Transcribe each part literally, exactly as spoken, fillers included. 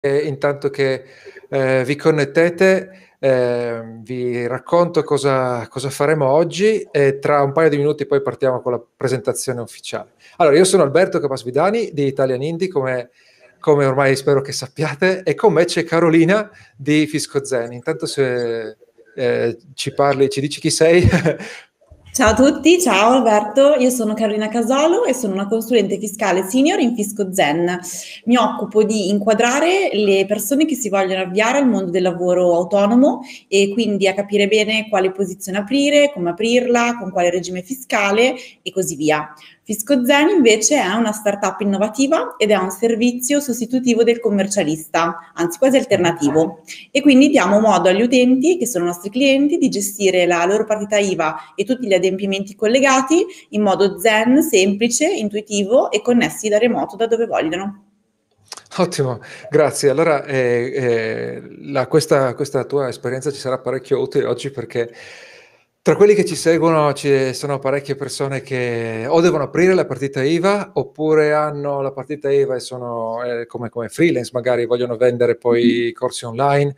E intanto che eh, vi connettete, eh, vi racconto cosa, cosa faremo oggi e tra un paio di minuti poi partiamo con la presentazione ufficiale. Allora, io sono Alberto Capasvidani di Italian Indie, come, come ormai spero che sappiate, e con me c'è Carolina di Fisco Zen. Intanto se eh, ci parli, ci dici chi sei. Ciao a tutti, ciao Alberto, io sono Carolina Casolo e sono una consulente fiscale senior in Fisco Zen. Mi occupo di inquadrare le persone che si vogliono avviare al mondo del lavoro autonomo e quindi a capire bene quale posizione aprire, come aprirla, con quale regime fiscale e così via. Fisco Zen invece è una startup innovativa ed è un servizio sostitutivo del commercialista, anzi quasi alternativo, e quindi diamo modo agli utenti, che sono i nostri clienti, di gestire la loro partita I V A e tutti gli adempimenti collegati in modo zen, semplice, intuitivo e connessi da remoto da dove vogliono. Ottimo, grazie. Allora, eh, eh, la, questa, questa tua esperienza ci sarà parecchio utile oggi perché tra quelli che ci seguono ci sono parecchie persone che o devono aprire la partita I V A oppure hanno la partita I V A e sono eh, come, come freelance, magari vogliono vendere poi corsi online,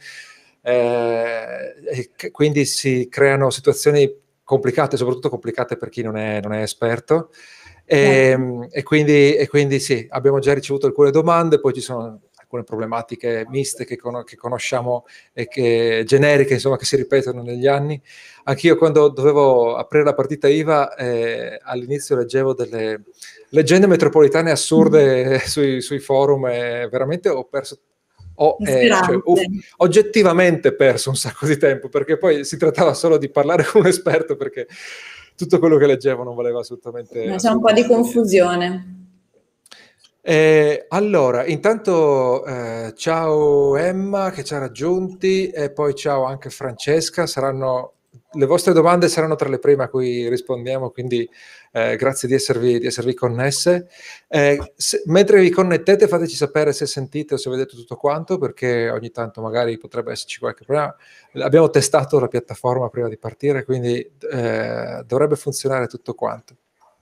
eh, e quindi si creano situazioni complicate, soprattutto complicate per chi non è, non è esperto. E, e, quindi, e quindi sì, abbiamo già ricevuto alcune domande, poi ci sono alcune problematiche miste che, con, che conosciamo e che generiche, insomma, che si ripetono negli anni. Anch'io quando dovevo aprire la partita I V A eh, all'inizio leggevo delle leggende metropolitane assurde sui, sui forum e veramente ho perso ho eh, cioè, uff, oggettivamente perso un sacco di tempo perché poi si trattava solo di parlare con un esperto perché tutto quello che leggevo non valeva assolutamente, C'è un po' di assolutamente confusione. eh, allora, intanto eh, ciao Emma che ci ha raggiunti e poi ciao anche Francesca, saranno, le vostre domande saranno tra le prime a cui rispondiamo, quindi eh, grazie di esservi, di esservi connesse. Eh, se, mentre vi connettete fateci sapere se sentite o se vedete tutto quanto, perché ogni tanto magari potrebbe esserci qualche problema. Abbiamo testato la piattaforma prima di partire, quindi eh, dovrebbe funzionare tutto quanto.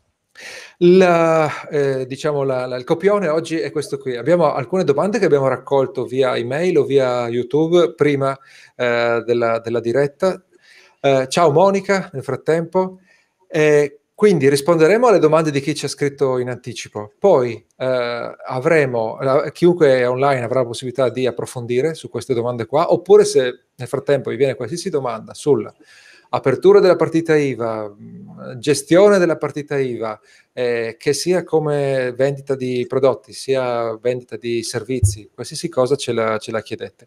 La, eh, diciamo la, la, il copione oggi è questo qui. Abbiamo alcune domande che abbiamo raccolto via email o via YouTube prima eh, della, della diretta. Eh, ciao Monica, nel frattempo. Eh, quindi risponderemo alle domande di chi ci ha scritto in anticipo. Poi eh, avremo, chiunque è online avrà la possibilità di approfondire su queste domande qua, oppure se nel frattempo vi viene qualsiasi domanda sulla apertura della partita I V A, gestione della partita I V A, eh, che sia come vendita di prodotti, sia vendita di servizi, qualsiasi cosa ce la, ce la chiedete.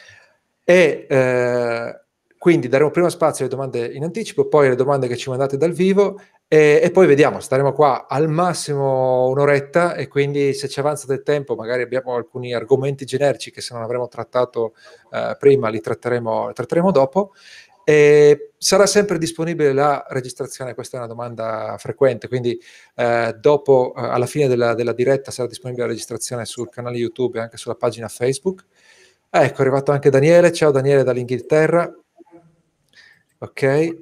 E eh, quindi daremo prima spazio alle domande in anticipo, poi alle domande che ci mandate dal vivo e, e poi vediamo, staremo qua al massimo un'oretta e quindi se ci avanza del tempo magari abbiamo alcuni argomenti generici che se non avremo trattato eh, prima li tratteremo, li tratteremo dopo. E sarà sempre disponibile la registrazione, questa è una domanda frequente, quindi eh, dopo, eh, alla fine della, della diretta sarà disponibile la registrazione sul canale YouTube e anche sulla pagina Facebook. Ah, ecco, è arrivato anche Daniele, ciao Daniele dall'Inghilterra. Ok,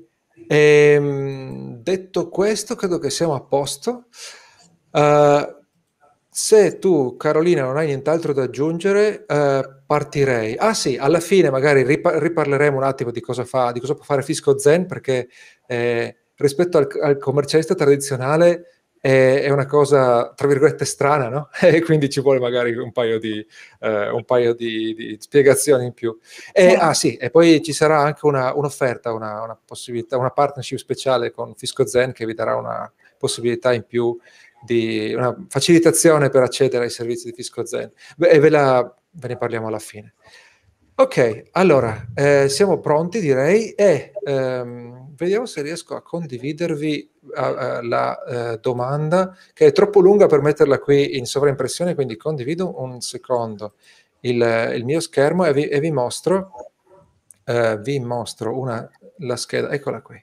e, detto questo credo che siamo a posto. Uh, se tu, Carolina, non hai nient'altro da aggiungere, eh, partirei. Ah sì, alla fine magari ripar- riparleremo un attimo di cosa fa, di cosa può fare Fisco Zen, perché eh, rispetto al, al commercialista tradizionale è, è una cosa, tra virgolette, strana, no? E quindi ci vuole magari un paio di, eh, un paio di, di spiegazioni in più. E, ah sì, e poi ci sarà anche una, un'offerta, una, una possibilità, una partnership speciale con Fisco Zen che vi darà una possibilità in più di una facilitazione per accedere ai servizi di Fisco Zen. Beh, e ve, la, ve ne parliamo alla fine. Ok, allora, eh, siamo pronti direi e ehm, vediamo se riesco a condividervi uh, uh, la uh, domanda, che è troppo lunga per metterla qui in sovraimpressione, quindi condivido un secondo il, il mio schermo e vi, e vi mostro, uh, vi mostro una, la scheda, eccola qui.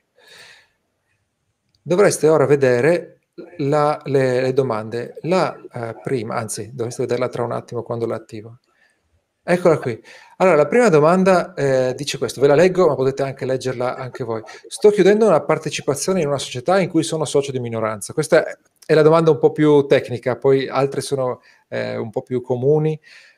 Dovreste ora vedere la, le, le domande. La uh, prima, anzi, dovreste vederla tra un attimo quando la attivo. Eccola qui. Allora, la prima domanda eh, dice questo, ve la leggo, ma potete anche leggerla anche voi. Sto chiudendo una partecipazione in una società in cui sono socio di minoranza. Questa è la domanda un po' più tecnica, poi altre sono eh, un po' più comuni.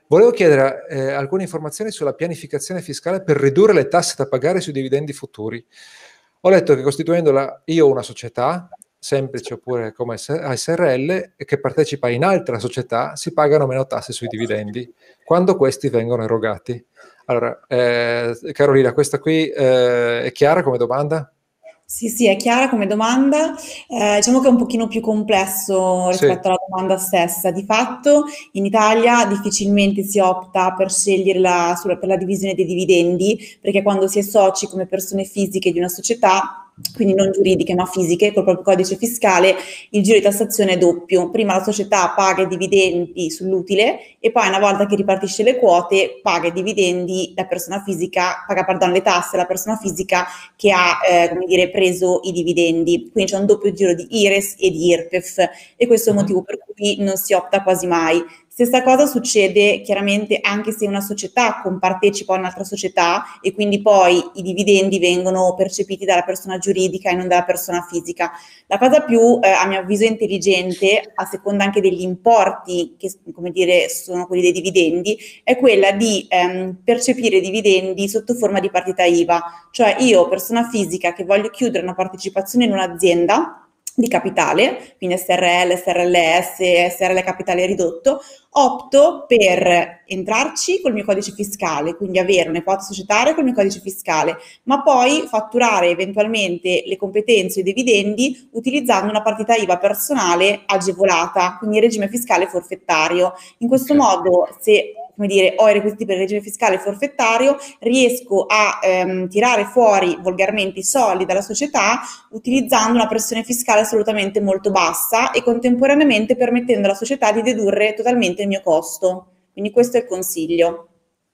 Volevo chiedere eh, alcune informazioni sulla pianificazione fiscale per ridurre le tasse da pagare sui dividendi futuri. Ho letto che costituendola io una società, semplice oppure come A S R L, che partecipa in altra società, si pagano meno tasse sui dividendi quando questi vengono erogati. Allora, eh, Carolina, questa qui eh, è chiara come domanda? Sì, sì, è chiara come domanda. Eh, diciamo che è un pochino più complesso Sì. rispetto alla domanda stessa. Di fatto, in Italia difficilmente si opta per scegliere la, sulla- per la divisione dei dividendi, perché quando si è soci come persone fisiche di una società, quindi non giuridiche ma fisiche, col proprio codice fiscale, il giro di tassazione è doppio. Prima la società paga i dividendi sull'utile e poi una volta che ripartisce le quote paga i dividendi la persona fisica, paga pardon, le tasse la persona fisica che ha eh, come dire, preso i dividendi. Quindi c'è un doppio giro di I R E S e di I R P E F e questo è il Mhm. motivo per cui non si opta quasi mai. Stessa cosa succede chiaramente anche se una società compartecipa a un'altra società e quindi poi i dividendi vengono percepiti dalla persona giuridica e non dalla persona fisica. La cosa più, eh, a mio avviso, intelligente, a seconda anche degli importi che, come dire, sono quelli dei dividendi, è quella di ehm, percepire i dividendi sotto forma di partita I V A. Cioè io, persona fisica, che voglio chiudere una partecipazione in un'azienda di capitale, quindi S R L, S R L S, S R L capitale ridotto, opto per entrarci col mio codice fiscale, quindi avere un'ipotesi societaria col mio codice fiscale, ma poi fatturare eventualmente le competenze e i dividendi utilizzando una partita I V A personale agevolata, quindi regime fiscale forfettario. In questo Ok. modo, se come dire, ho i requisiti per il regime fiscale forfettario, riesco a ehm, tirare fuori volgarmente i soldi dalla società utilizzando una pressione fiscale assolutamente molto bassa e contemporaneamente permettendo alla società di dedurre totalmente il mio costo. Quindi questo è il consiglio.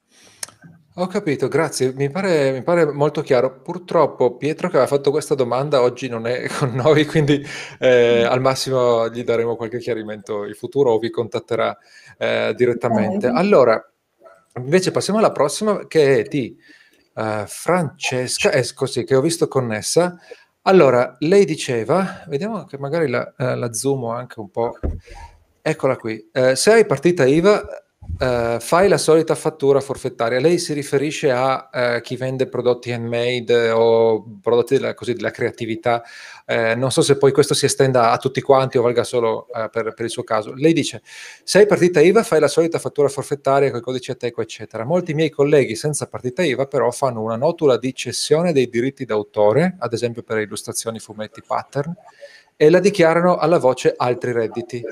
Ho capito, grazie, mi pare, mi pare molto chiaro. Purtroppo Pietro che aveva fatto questa domanda oggi non è con noi, quindi eh, al massimo gli daremo qualche chiarimento in futuro o vi contatterà eh, direttamente. Allora, invece passiamo alla prossima che è di eh, Francesca, è così, che ho visto connessa. Allora, lei diceva, vediamo che magari la, eh, la zoomo anche un po'. Eccola qui. Eh, se hai partita I V A, eh, fai la solita fattura forfettaria. Lei si riferisce a eh, chi vende prodotti handmade o prodotti della, così, della creatività. Eh, non so se poi questo si estenda a tutti quanti o valga solo eh, per, per il suo caso. Lei dice, se hai partita I V A, fai la solita fattura forfettaria con i codici Ateco, eccetera. Molti miei colleghi senza partita I V A però fanno una notola di cessione dei diritti d'autore, ad esempio per illustrazioni, fumetti, pattern, e la dichiarano alla voce altri redditi.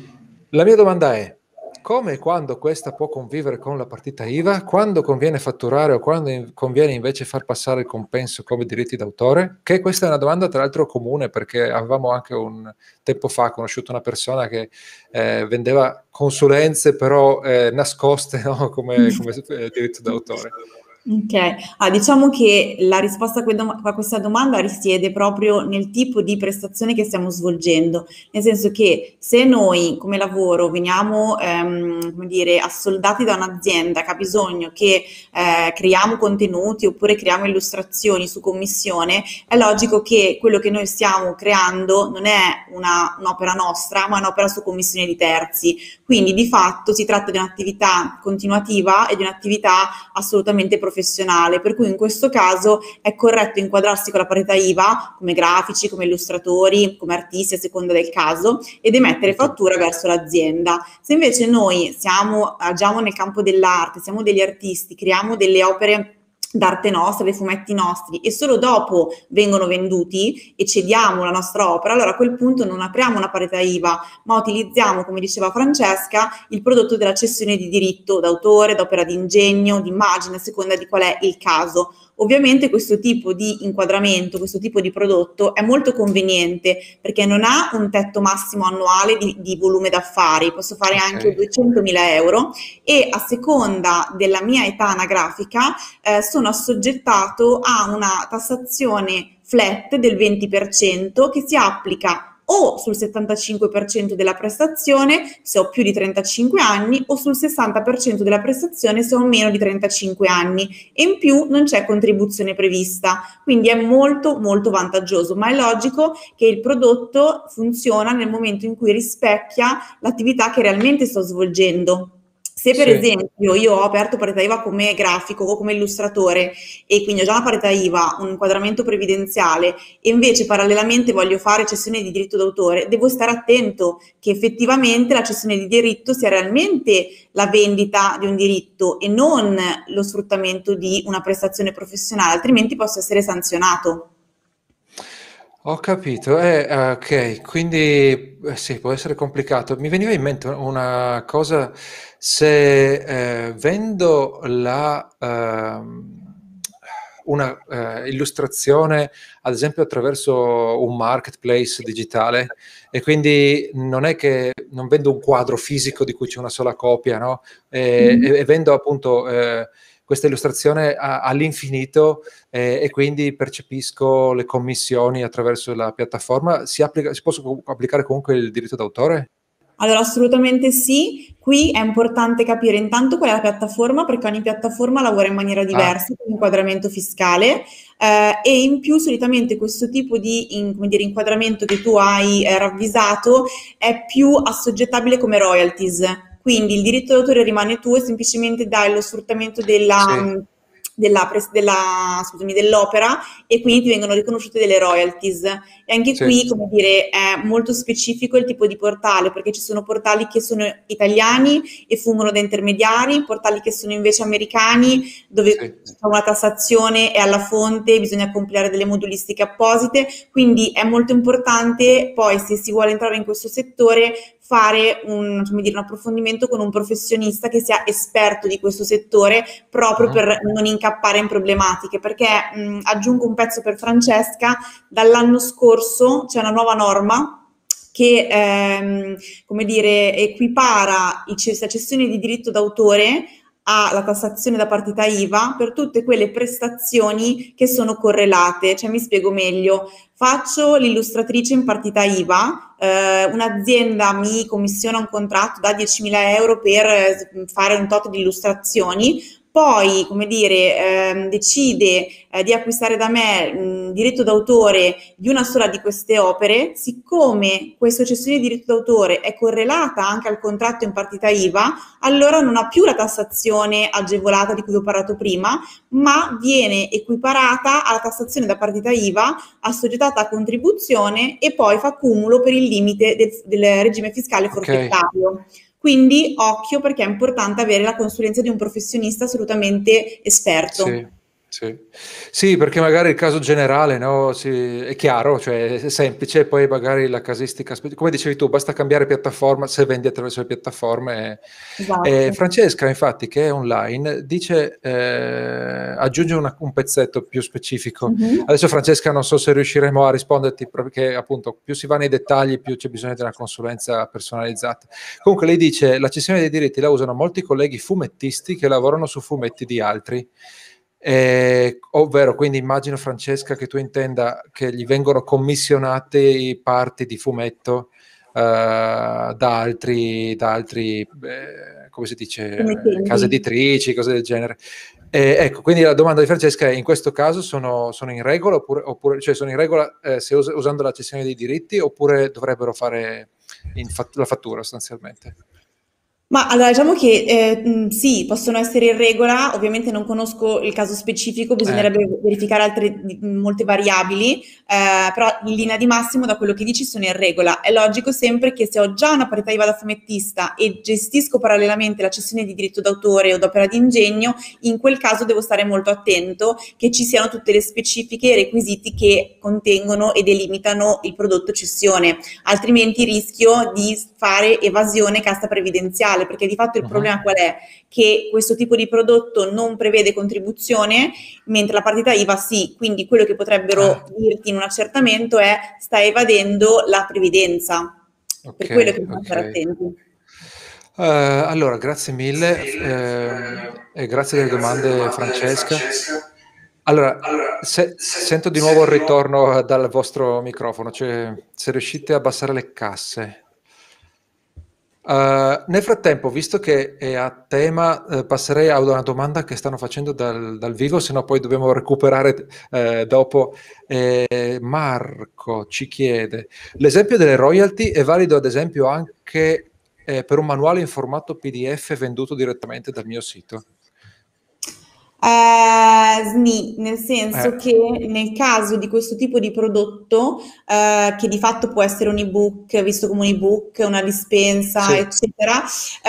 La mia domanda è, come e quando questa può convivere con la partita I V A? Quando conviene fatturare o quando in- conviene invece far passare il compenso come diritti d'autore? Che questa è una domanda tra l'altro comune perché avevamo anche un tempo fa conosciuto una persona che eh, vendeva consulenze però eh, nascoste, no? come, come eh, diritto d'autore. Ok, ah, diciamo che la risposta a que- dom- a questa domanda risiede proprio nel tipo di prestazione che stiamo svolgendo, nel senso che se noi come lavoro veniamo, ehm, come dire, assoldati da un'azienda che ha bisogno che eh, creiamo contenuti oppure creiamo illustrazioni su commissione, è logico che quello che noi stiamo creando non è una- un'opera nostra, ma un'opera su commissione di terzi. Quindi di fatto si tratta di un'attività continuativa e di un'attività assolutamente professionale, per cui in questo caso è corretto inquadrarsi con la parità I V A come grafici, come illustratori, come artisti a seconda del caso ed emettere fattura verso l'azienda. Se invece noi siamo, agiamo nel campo dell'arte, siamo degli artisti, creiamo delle opere d'arte nostra, dei fumetti nostri e solo dopo vengono venduti e cediamo la nostra opera, allora a quel punto non apriamo una parità I V A, ma utilizziamo, come diceva Francesca, il prodotto della cessione di diritto d'autore, d'opera d'ingegno, di immagine, a seconda di qual è il caso. Ovviamente questo tipo di inquadramento, questo tipo di prodotto è molto conveniente perché non ha un tetto massimo annuale di, di volume d'affari, posso fare Ok. anche duecentomila euro e a seconda della mia età anagrafica eh, sono assoggettato a una tassazione flat del venti per cento che si applica o sul settantacinque per cento della prestazione se ho più di trentacinque anni o sul sessanta per cento della prestazione se ho meno di trentacinque anni e in più non c'è contribuzione prevista, quindi è molto molto vantaggioso, ma è logico che il prodotto funziona nel momento in cui rispecchia l'attività che realmente sto svolgendo. Se per Sì. esempio io ho aperto partita I V A come grafico o come illustratore e quindi ho già una partita I V A, un inquadramento previdenziale e invece parallelamente voglio fare cessione di diritto d'autore, devo stare attento che effettivamente la cessione di diritto sia realmente la vendita di un diritto e non lo sfruttamento di una prestazione professionale, altrimenti posso essere sanzionato. Ho capito, eh, ok, quindi eh, sì, può essere complicato. Mi veniva in mente una cosa, se eh, vendo la, ehm, una eh, illustrazione, ad esempio attraverso un marketplace digitale, e quindi non è che non vendo un quadro fisico di cui c'è una sola copia, no? E, Mhm. e- e vendo appunto eh, questa illustrazione a- all'infinito eh, e quindi percepisco le commissioni attraverso la piattaforma. Si applica, si può applicare comunque il diritto d'autore? Allora, assolutamente sì. Qui è importante capire intanto qual è la piattaforma, perché ogni piattaforma lavora in maniera Ah, diversa con l'inquadramento fiscale eh, e in più solitamente questo tipo di in- come dire, inquadramento che tu hai eh, ravvisato è più assoggettabile come royalties. Quindi il diritto d'autore rimane tuo e semplicemente dai lo sfruttamento della, sì, della, pres- della- scusami, dell'opera e quindi ti vengono riconosciute delle royalties. E anche sì, qui, come dire, è molto specifico il tipo di portale, perché ci sono portali che sono italiani e fungono da intermediari, portali che sono invece americani, dove sì. c'è una tassazione è alla fonte, bisogna compilare delle modulistiche apposite, quindi è molto importante poi se si vuole entrare in questo settore fare un, come dire, un approfondimento con un professionista che sia esperto di questo settore proprio Mhm. per non incappare in problematiche, perché mh, aggiungo un pezzo per Francesca, dall'anno scorso c'è una nuova norma che ehm, come dire, equipara i, la cessione di diritto d'autore alla tassazione da partita I V A per tutte quelle prestazioni che sono correlate. Cioè, mi spiego meglio. Faccio l'illustratrice in partita I V A, eh, un'azienda mi commissiona un contratto da diecimila euro per eh, fare un tot di illustrazioni, poi, come dire, ehm, decide eh, di acquistare da me mh, diritto d'autore di una sola di queste opere, siccome questa cessione di diritto d'autore è correlata anche al contratto in partita I V A, allora non ha più la tassazione agevolata di cui ho parlato prima, ma viene equiparata alla tassazione da partita I V A, assoggettata a contribuzione e poi fa cumulo per il limite del, del regime fiscale Ok. forfettario. Quindi occhio perché è importante avere la consulenza di un professionista assolutamente esperto. Sì, sì. Sì, perché magari il caso generale, no, sì, è chiaro, cioè è semplice, poi magari la casistica, spe- come dicevi tu, basta cambiare piattaforma se vendi attraverso le piattaforme. E, e Esatto. Francesca, infatti, che è online, dice, eh, aggiunge una- un pezzetto più specifico. Mhm. Adesso Francesca non so se riusciremo a risponderti, perché appunto più si va nei dettagli, più c'è bisogno di una consulenza personalizzata. Comunque lei dice, la cessione dei diritti la usano molti colleghi fumettisti che lavorano su fumetti di altri. Eh, ovvero, quindi immagino Francesca che tu intenda che gli vengono commissionate parti di fumetto eh, da altri, da altri eh, come si dice, eh, case Committenti. editrici, cose del genere. Eh, ecco, quindi la domanda di Francesca è: in questo caso sono, sono in regola oppure, oppure cioè sono in regola eh, se us- usando la cessione dei diritti oppure dovrebbero fare in fat- la fattura sostanzialmente? Ma allora diciamo che eh, mh, sì, possono essere in regola, ovviamente non conosco il caso specifico, Eh, bisognerebbe verificare altre di- molte variabili, eh, però in linea di massimo da quello che dici sono in regola. È logico sempre che se ho già una parità I V A da fumettista e gestisco parallelamente la cessione di diritto d'autore o d'opera di ingegno, in quel caso devo stare molto attento che ci siano tutte le specifiche e i requisiti che contengono e delimitano il prodotto cessione, altrimenti rischio di fare evasione cassa previdenziale, perché di fatto il mhm. problema qual è? Che questo tipo di prodotto non prevede contribuzione, mentre la partita I V A sì, quindi quello che potrebbero Ah, dirti in un accertamento è stai evadendo la previdenza, per ok, quello che bisogna ok. stare attenti. Eh, allora, grazie mille ehm, e grazie delle domande, Francesca. Allora, se- sento di nuovo il ritorno dal vostro microfono, cioè se riuscite a abbassare le casse. Eh, nel frattempo, visto che è a tema, eh, passerei a una domanda che stanno facendo dal, dal vivo, se no poi dobbiamo recuperare eh, dopo. Eh, Marco ci chiede, l'esempio delle royalty è valido ad esempio anche eh, per un manuale in formato P D F venduto direttamente dal mio sito? Eh, sni, nel senso Eh, che nel caso di questo tipo di prodotto, eh, che di fatto può essere un ebook, visto come un ebook, una dispensa, sì, eccetera,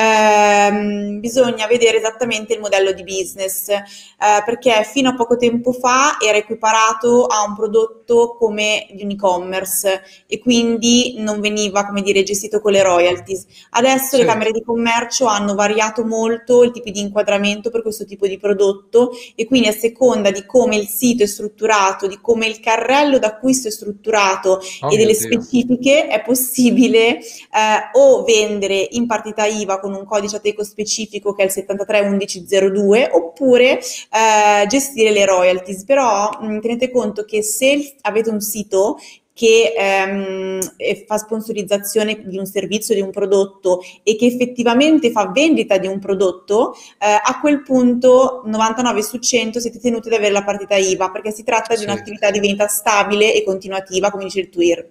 ehm, bisogna vedere esattamente il modello di business, eh, perché fino a poco tempo fa era equiparato a un prodotto come di un e-commerce e quindi non veniva, come dire, gestito con le royalties. Adesso le sì, camere di commercio hanno variato molto il tipo di inquadramento per questo tipo di prodotto e quindi a seconda di come il sito è strutturato, di come il carrello d'acquisto è strutturato oh e mio delle Dio. specifiche è possibile eh, o vendere in partita I V A con un codice Ateco specifico che è il settantatré undici zero due oppure eh, gestire le royalties. Però mh, tenete conto che se avete un sito che ehm, fa sponsorizzazione di un servizio, di un prodotto e che effettivamente fa vendita di un prodotto, eh, a quel punto novantanove su cento siete tenuti ad avere la partita I V A perché si tratta di Sì. un'attività di vendita stabile e continuativa, come dice il TUIR.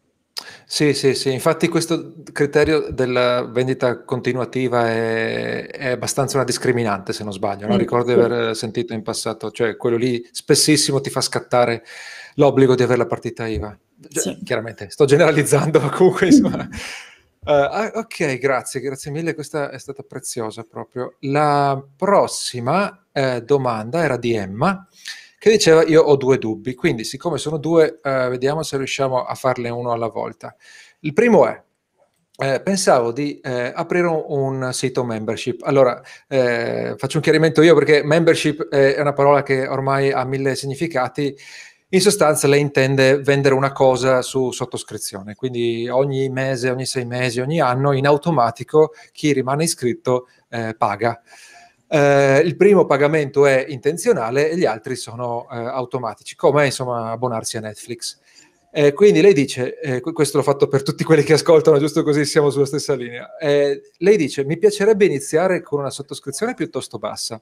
Sì, sì, sì, infatti questo criterio della vendita continuativa è, è abbastanza una discriminante, se non sbaglio, no? Mm, Ricordo di sì, aver sentito in passato, cioè quello lì spessissimo ti fa scattare l'obbligo di avere la partita I V A. Cioè, sì. chiaramente, sto generalizzando, comunque insomma. Eh, ah, ok, grazie, grazie mille, questa è stata preziosa proprio. La prossima eh, domanda era di Emma che diceva io ho due dubbi, quindi siccome sono due, eh, vediamo se riusciamo a farne uno alla volta. Il primo è, eh, pensavo di eh, aprire un, un sito membership. Allora, eh, faccio un chiarimento io perché membership è una parola che ormai ha mille significati. In sostanza lei intende vendere una cosa su sottoscrizione, quindi ogni mese, ogni sei mesi, ogni anno in automatico chi rimane iscritto eh, paga. Eh, il primo pagamento è intenzionale e gli altri sono eh, automatici, come insomma abbonarsi a Netflix. Eh, quindi lei dice, eh, questo l'ho fatto per tutti quelli che ascoltano, giusto così siamo sulla stessa linea. Eh, lei dice, mi piacerebbe iniziare con una sottoscrizione piuttosto bassa.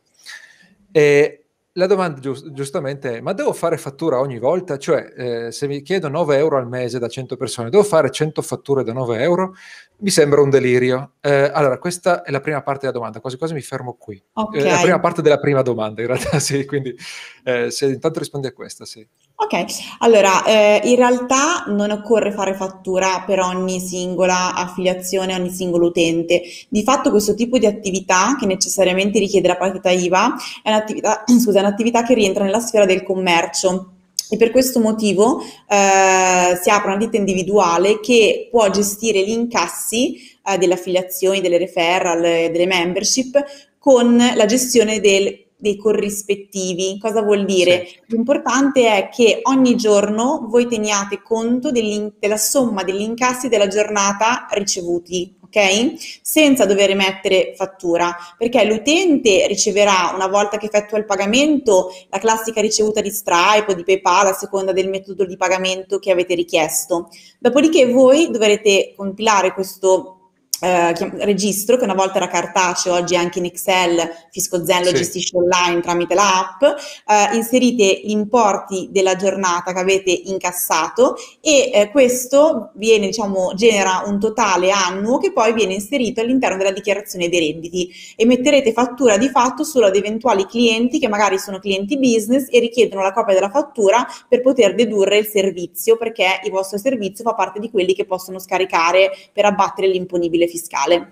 E la domanda giust- giustamente è, ma devo fare fattura ogni volta? Cioè, eh, se mi chiedo nove euro al mese da cento persone, devo fare cento fatture da nove euro? Mi sembra un delirio. Eh, allora, questa è la prima parte della domanda, quasi quasi mi fermo qui. Ok. Eh, la prima parte della prima domanda, in realtà sì, quindi eh, se intanto rispondi a questa, sì. Ok, allora eh, in realtà non occorre fare fattura per ogni singola affiliazione, ogni singolo utente. Di fatto questo tipo di attività che necessariamente richiede la partita I V A è un'attività, scusa, è un'attività che rientra nella sfera del commercio. E per questo motivo eh, si apre una ditta individuale che può gestire gli incassi eh, delle affiliazioni, delle referral, eh, delle membership con la gestione del dei corrispettivi. Cosa vuol Sì, dire? L'importante è che ogni giorno voi teniate conto della somma degli incassi della giornata ricevuti, ok? Senza dover emettere fattura, perché l'utente riceverà una volta che effettua il pagamento la classica ricevuta di Stripe o di PayPal a seconda del metodo di pagamento che avete richiesto. Dopodiché voi dovrete compilare questo eh, registro che una volta era cartaceo, oggi è anche in Excel, Fisco Zen lo sì, gestisce online tramite l'app, eh, inserite gli importi della giornata che avete incassato e eh, questo viene, diciamo, genera un totale annuo che poi viene inserito all'interno della dichiarazione dei redditi e metterete fattura di fatto solo ad eventuali clienti che magari sono clienti business e richiedono la copia della fattura per poter dedurre il servizio, perché il vostro servizio fa parte di quelli che possono scaricare per abbattere l'imponibile fiscale.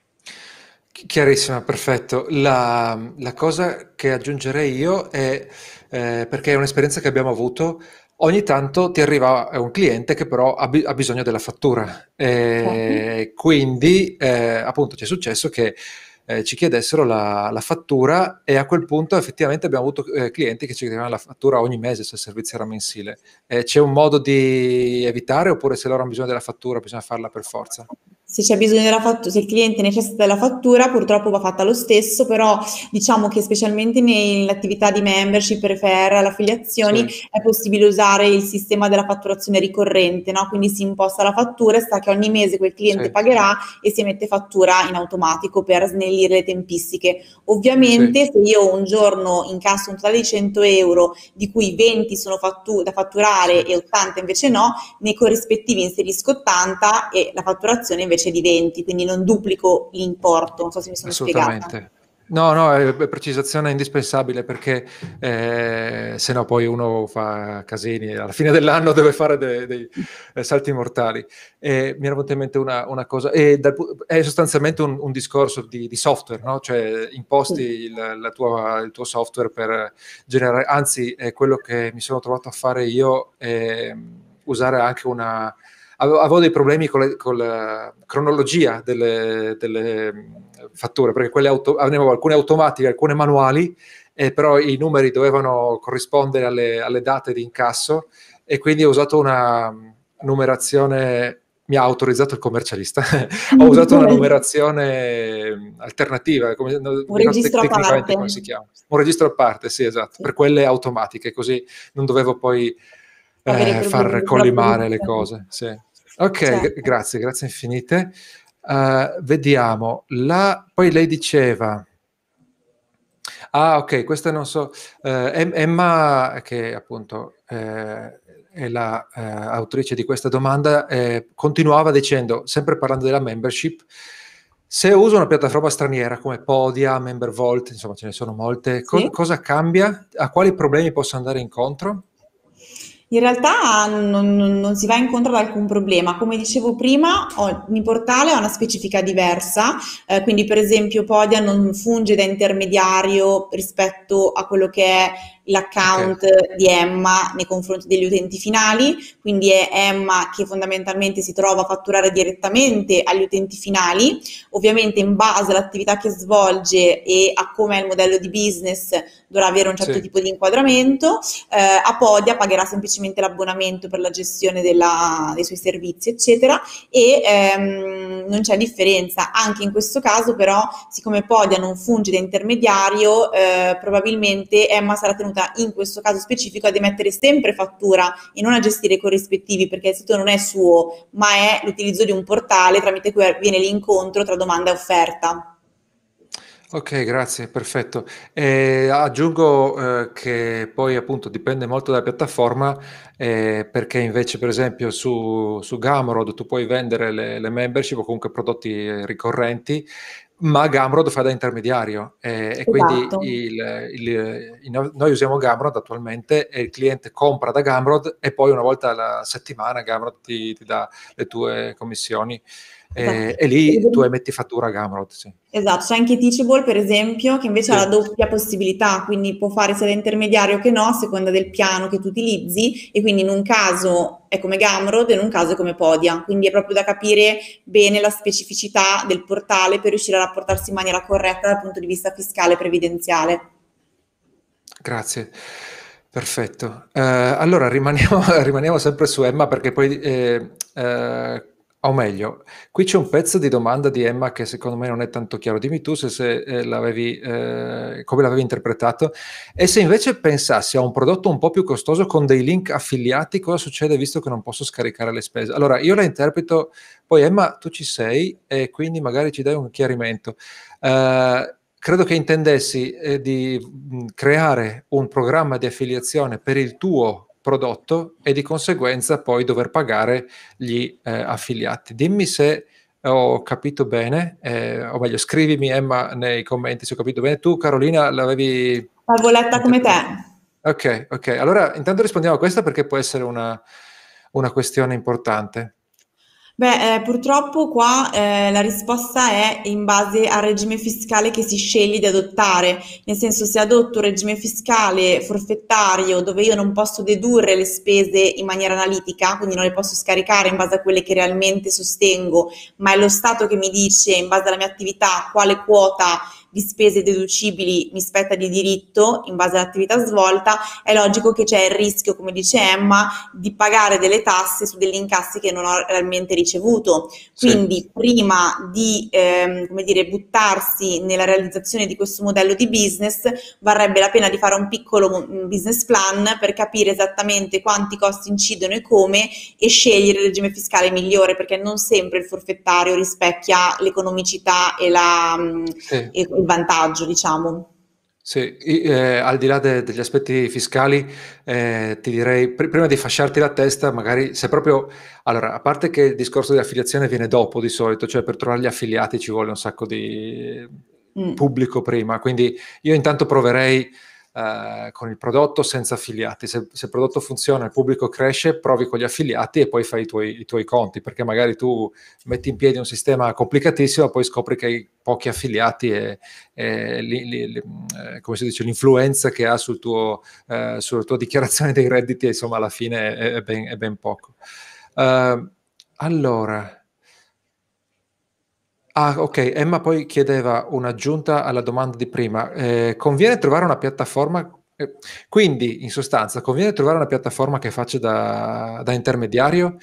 chiarissima, perfetto. La, la cosa che aggiungerei io è, eh, perché è un'esperienza che abbiamo avuto, ogni tanto ti arriva un cliente che però ha, bi- ha bisogno della fattura. Certo. E quindi, eh, appunto, ci è successo che eh, ci chiedessero la, la fattura e a quel punto effettivamente abbiamo avuto eh, clienti che ci chiedevano la fattura ogni mese se il servizio era mensile. Eh, c'è un modo di evitare oppure se loro hanno bisogno della fattura bisogna farla per forza? Se c'è bisogno della fattura, se il cliente necessita della fattura, purtroppo va fatta lo stesso, però diciamo che specialmente nell'attività di membership, referral, affiliazioni, Sì, è possibile usare il sistema della fatturazione ricorrente, no? Quindi si imposta la fattura e sa che ogni mese quel cliente sì, pagherà e si emette fattura in automatico per snellire le tempistiche. sì. Ovviamente se io un giorno incasso un totale di cento euro, di cui venti sono fattu- da fatturare Sì, e ottanta invece no, nei corrispettivi inserisco ottanta e la fatturazione invece invece di venti, quindi non duplico l'importo, non so se mi sono spiegata. Assolutamente. No, no, è, è precisazione indispensabile perché eh, se no poi uno fa casini, alla fine dell'anno deve fare dei, dei eh, salti mortali. E mi era venuta in mente una, una cosa, e dal, è sostanzialmente un, un discorso di, di software, no? Cioè imposti il, la tua, il tuo software per generare, anzi è quello che mi sono trovato a fare io, è usare anche una... Avevo dei problemi con, le, con la cronologia delle, delle fatture, perché quelle auto, avevo alcune automatiche, alcune manuali, eh, però i numeri dovevano corrispondere alle, alle date di incasso e quindi ho usato una numerazione, mi ha autorizzato il commercialista, ho usato una numerazione alternativa, come, non Un mi ricordo registro a tecnicamente parte. come si chiama, un registro a parte, sì esatto, Sì. per quelle automatiche, così non dovevo poi Avere eh, problemi far di collimare le sovrapposizione. cose, sì. Ok, Certo. g- grazie, grazie infinite. Uh, vediamo, la, poi lei diceva, ah ok, questa non so, uh, Emma, che appunto eh, è la uh, autrice di questa domanda, eh, continuava dicendo, sempre parlando della membership, se uso una piattaforma straniera come Podia, MemberVault, insomma ce ne sono molte, co- Sì. cosa cambia? A quali problemi posso andare incontro? In realtà non, non- non si va incontro ad alcun problema. Come dicevo prima, ho- ogni portale ha una specifica diversa, eh, quindi per esempio Podia non funge da intermediario rispetto a quello che è Ok, l'account di Emma nei confronti degli utenti finali, quindi è Emma che fondamentalmente si trova a fatturare direttamente agli utenti finali, ovviamente in base all'attività che svolge e a come è il modello di business dovrà avere un certo sì. tipo di inquadramento. Eh, a Podia pagherà semplicemente l'abbonamento per la gestione della- dei suoi servizi, eccetera, e ehm, non c'è differenza. Anche in questo caso, però, siccome Podia non funge da intermediario, eh, probabilmente Emma sarà tenuta in questo caso specifico ad emettere sempre fattura e non a gestire i corrispettivi, perché il sito non è suo, ma è l'utilizzo di un portale tramite cui avviene l'incontro tra domanda e offerta. Ok, grazie, perfetto. E aggiungo eh, che poi appunto dipende molto dalla piattaforma, eh, perché invece per esempio su, su Gumroad tu puoi vendere le, le membership o comunque prodotti eh, ricorrenti, ma Gumroad fa da intermediario eh, e quindi Esatto. il, il- il- noi usiamo Gumroad attualmente e il cliente compra da Gumroad e poi una volta alla settimana Gumroad ti, ti dà le tue commissioni Esatto. eh, e lì tu emetti fattura a Gumroad, sì. Esatto, c'è anche Teachable per esempio che invece ha la Sì. doppia possibilità, quindi può fare sia da intermediario che no, a seconda del piano che tu utilizzi e quindi in un caso è come Gumroad e in un caso è come Podia, quindi è proprio da capire bene la specificità del portale per riuscire a rapportarsi in maniera corretta dal punto di vista fiscale e previdenziale. Grazie, perfetto. Eh, allora rimaniamo, rimaniamo sempre su Emma perché poi, eh, eh, o meglio, qui c'è un pezzo di domanda di Emma che secondo me non è tanto chiaro. Dimmi tu se, se eh, l'avevi, eh, come l'avevi interpretato e se invece pensassi a un prodotto un po' più costoso con dei link affiliati, cosa succede visto che non posso scaricare le spese? Allora, io la interpreto, poi Emma, tu ci sei e quindi magari ci dai un chiarimento. Eh, Credo che intendessi eh, di mh, creare un programma di affiliazione per il tuo prodotto e di conseguenza poi dover pagare gli eh, affiliati. Dimmi se ho capito bene, eh, o meglio, scrivimi Emma nei commenti se ho capito bene. Tu, Carolina, l'avevi L'avevo letta come te. interpretato? Ok, ok. Allora, intanto rispondiamo a questa perché può essere una, una questione importante. Beh, eh, purtroppo qua eh, la risposta è in base al regime fiscale che si sceglie di adottare, nel senso se adotto un regime fiscale forfettario dove io non posso dedurre le spese in maniera analitica, quindi non le posso scaricare in base a quelle che realmente sostengo, ma è lo Stato che mi dice in base alla mia attività quale quota di spese deducibili mi spetta di diritto in base all'attività svolta, è logico che c'è il rischio, come dice Emma, di pagare delle tasse su degli incassi che non ho realmente ricevuto. Sì, Quindi prima di ehm, come dire, buttarsi nella realizzazione di questo modello di business, varrebbe la pena di fare un piccolo business plan per capire esattamente quanti costi incidono e come e scegliere il regime fiscale migliore, perché non sempre il forfettario rispecchia l'economicità e, la, sì. e il vantaggio, diciamo. Sì, i- eh, al di là de- degli aspetti fiscali, eh, ti direi, pr- prima di fasciarti la testa, magari se proprio, allora, a parte che il discorso di affiliazione viene dopo di solito, cioè per trovare gli affiliati ci vuole un sacco di Mm. pubblico prima, quindi io intanto proverei eh, con il prodotto senza affiliati. Se, se il prodotto funziona, il pubblico cresce, provi con gli affiliati e poi fai i tuoi, i tuoi conti, perché magari tu metti in piedi un sistema complicatissimo, poi scopri che hai pochi affiliati e, e li, li, li, eh, come si dice, l'influenza che ha sul tuo, eh, sulla tua dichiarazione dei redditi, insomma, alla fine è, è, ben, è ben poco. Uh, allora, ah, ok, Emma poi chiedeva un'aggiunta alla domanda di prima. Eh, conviene trovare una piattaforma, eh, quindi in sostanza, conviene trovare una piattaforma che faccia da, da intermediario?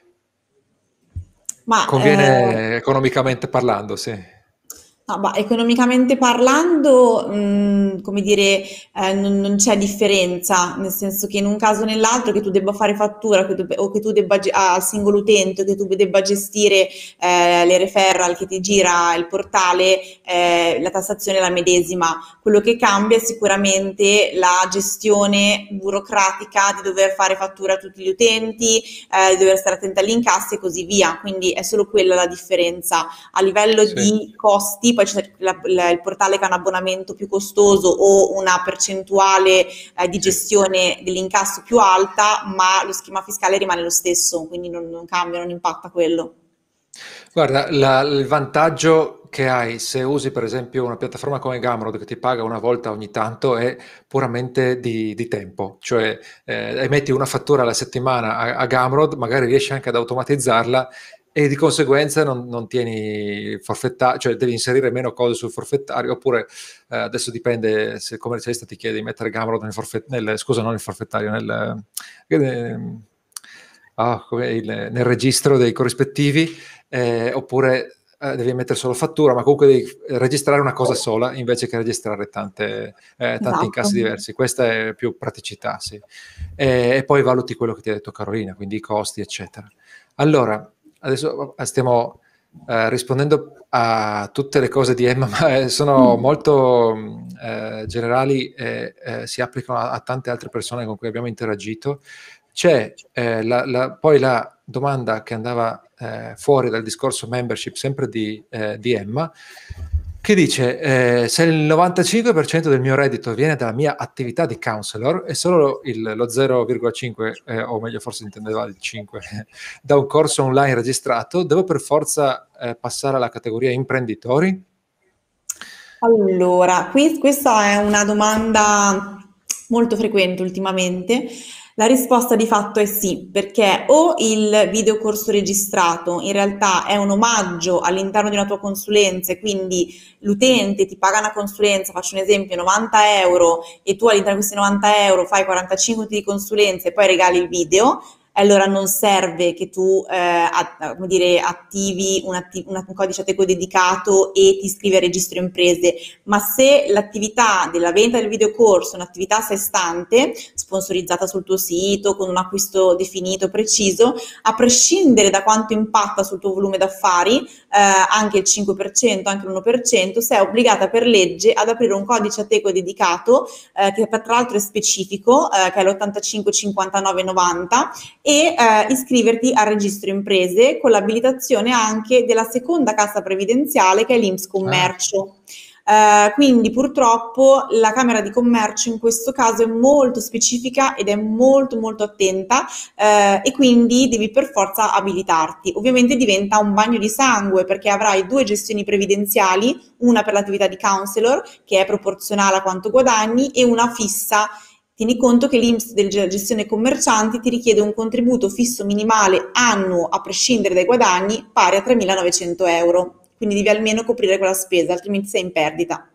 Ma eh, Conviene economicamente parlando, sì. No, ma economicamente parlando, mh, come dire, eh, non, non c'è differenza, nel senso che in un caso o nell'altro che tu debba fare fattura che tu- o che tu debba ge- al singolo utente, che tu debba gestire eh, le referral che ti gira il portale, eh, la tassazione è la medesima. Quello che cambia è sicuramente la gestione burocratica di dover fare fattura a tutti gli utenti, eh, di dover stare attenti agli incassi e così via. Quindi è solo quella la differenza a livello Sì. di costi, poi c'è la- la- il portale che ha un abbonamento più costoso o una percentuale eh, di Sì. gestione dell'incasso più alta, ma lo schema fiscale rimane lo stesso, quindi non, non cambia, non impatta quello. Guarda, la- il vantaggio che hai se usi per esempio una piattaforma come Gumroad che ti paga una volta ogni tanto è puramente di, di tempo, cioè eh, emetti una fattura alla settimana a, a Gumroad, magari riesci anche ad automatizzarla e di conseguenza non, non tieni forfettario, cioè devi inserire meno cose sul forfettario, oppure eh, adesso dipende se il commercialista ti chiede di mettere Gumroad nel, forfett- nel scusa, non nel forfettario, nel, eh, ah, come il- nel registro dei corrispettivi, eh, oppure eh, devi mettere solo fattura, ma comunque devi registrare una cosa sola invece che registrare tante, eh, tanti Esatto. incassi diversi. Questa è più praticità, sì. E, e poi valuti quello che ti ha detto Carolina, quindi i costi, eccetera. Allora, adesso stiamo eh, rispondendo a tutte le cose di Emma, ma eh, sono Mm. molto mh, eh, generali e eh, si applicano a, a tante altre persone con cui abbiamo interagito. C'è eh, la, la, poi la domanda che andava eh, fuori dal discorso membership, sempre di, eh, di Emma, che dice eh, se il novantacinque per cento del mio reddito viene dalla mia attività di counselor e solo il, lo zero virgola cinque, eh, o meglio forse intendeva il cinque, da un corso online registrato, devo per forza eh, passare alla categoria imprenditori? Allora, qui- questa è una domanda molto frequente ultimamente. La risposta di fatto è sì, perché o il videocorso registrato in realtà è un omaggio all'interno di una tua consulenza e quindi l'utente ti paga una consulenza, faccio un esempio, novanta euro e tu all'interno di questi novanta euro fai quarantacinque minuti di consulenza e poi regali il video, allora non serve che tu eh, a- come dire, attivi un, atti- una- un codice ateco dedicato e ti iscrivi al registro imprese, ma se l'attività della vendita del videocorso è un'attività a sé stante, sponsorizzata sul tuo sito, con un acquisto definito, preciso, a prescindere da quanto impatta sul tuo volume d'affari, eh, anche il cinque per cento, anche l'uno per cento, sei obbligata per legge ad aprire un codice ateco dedicato, eh, che tra l'altro è specifico, eh, che è l'ottantacinque cinquantanove novanta, e eh, iscriverti al registro imprese con l'abilitazione anche della seconda cassa previdenziale che è l'I N P S Ah, Commercio. Eh, quindi purtroppo la Camera di Commercio in questo caso è molto specifica ed è molto molto attenta eh, e quindi devi per forza abilitarti. Ovviamente diventa un bagno di sangue perché avrai due gestioni previdenziali, una per l'attività di counselor che è proporzionale a quanto guadagni e una fissa. Tieni conto che l'I N P S della gestione commercianti ti richiede un contributo fisso minimale annuo a prescindere dai guadagni pari a tremilanovecento euro. Quindi devi almeno coprire quella spesa, altrimenti sei in perdita.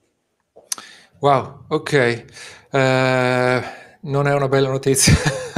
wow, ok. Eh, non è una bella notizia.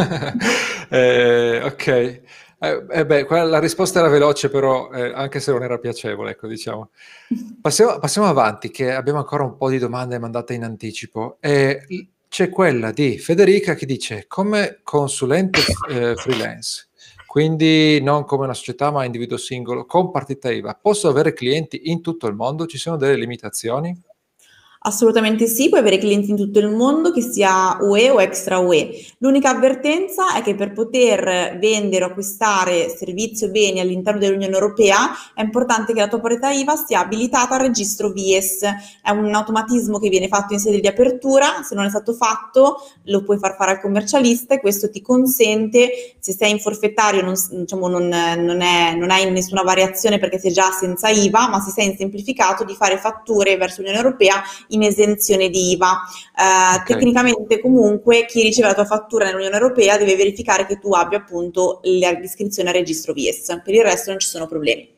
Eh, ok. Eh, eh beh, qua la risposta era veloce, però eh, anche se non era piacevole, ecco, diciamo. Passiamo, passiamo avanti, che abbiamo ancora un po' di domande mandate in anticipo. Eh, l- c'è quella di Federica che dice, come consulente eh, freelance, quindi non come una società ma individuo singolo, con partita I V A, posso avere clienti in tutto il mondo? Ci sono delle limitazioni? Assolutamente sì, puoi avere clienti in tutto il mondo, che sia U E o extra U E. L'unica avvertenza è che per poter vendere o acquistare servizi o beni all'interno dell'Unione Europea è importante che la tua partita I V A sia abilitata al registro V I E S. È un automatismo che viene fatto in sede di apertura, se non è stato fatto lo puoi far fare al commercialista e questo ti consente, se sei in forfettario non, diciamo, non, non, è, non hai nessuna variazione perché sei già senza I V A, ma se sei in semplificato di fare fatture verso l'Unione Europea in esenzione di I V A. Eh, Ok. tecnicamente comunque chi riceve la tua fattura nell'Unione Europea deve verificare che tu abbia appunto l'iscrizione al registro V I E S, per il resto non ci sono problemi.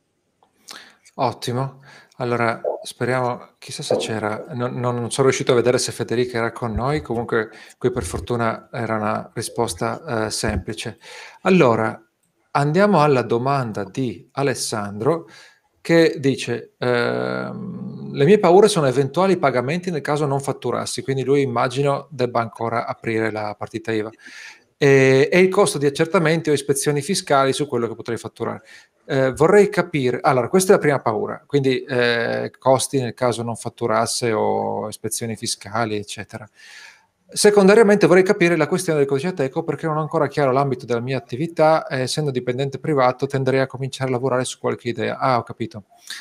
Ottimo. Allora, speriamo, chissà se c'era, non, non sono riuscito a vedere se Federica era con noi, comunque qui per fortuna era una risposta eh, semplice. Allora, andiamo alla domanda di Alessandro che dice, ehm, le mie paure sono eventuali pagamenti nel caso non fatturassi, quindi lui immagino debba ancora aprire la partita I V A. E, e il costo di accertamenti o ispezioni fiscali su quello che potrei fatturare. Eh, vorrei capire, allora questa è la prima paura, quindi eh, costi nel caso non fatturasse o ispezioni fiscali, eccetera. Secondariamente vorrei capire la questione del codice Ateco perché non ho ancora chiaro l'ambito della mia attività e essendo dipendente privato tenderei a cominciare a lavorare su qualche idea. Ah, ho capito.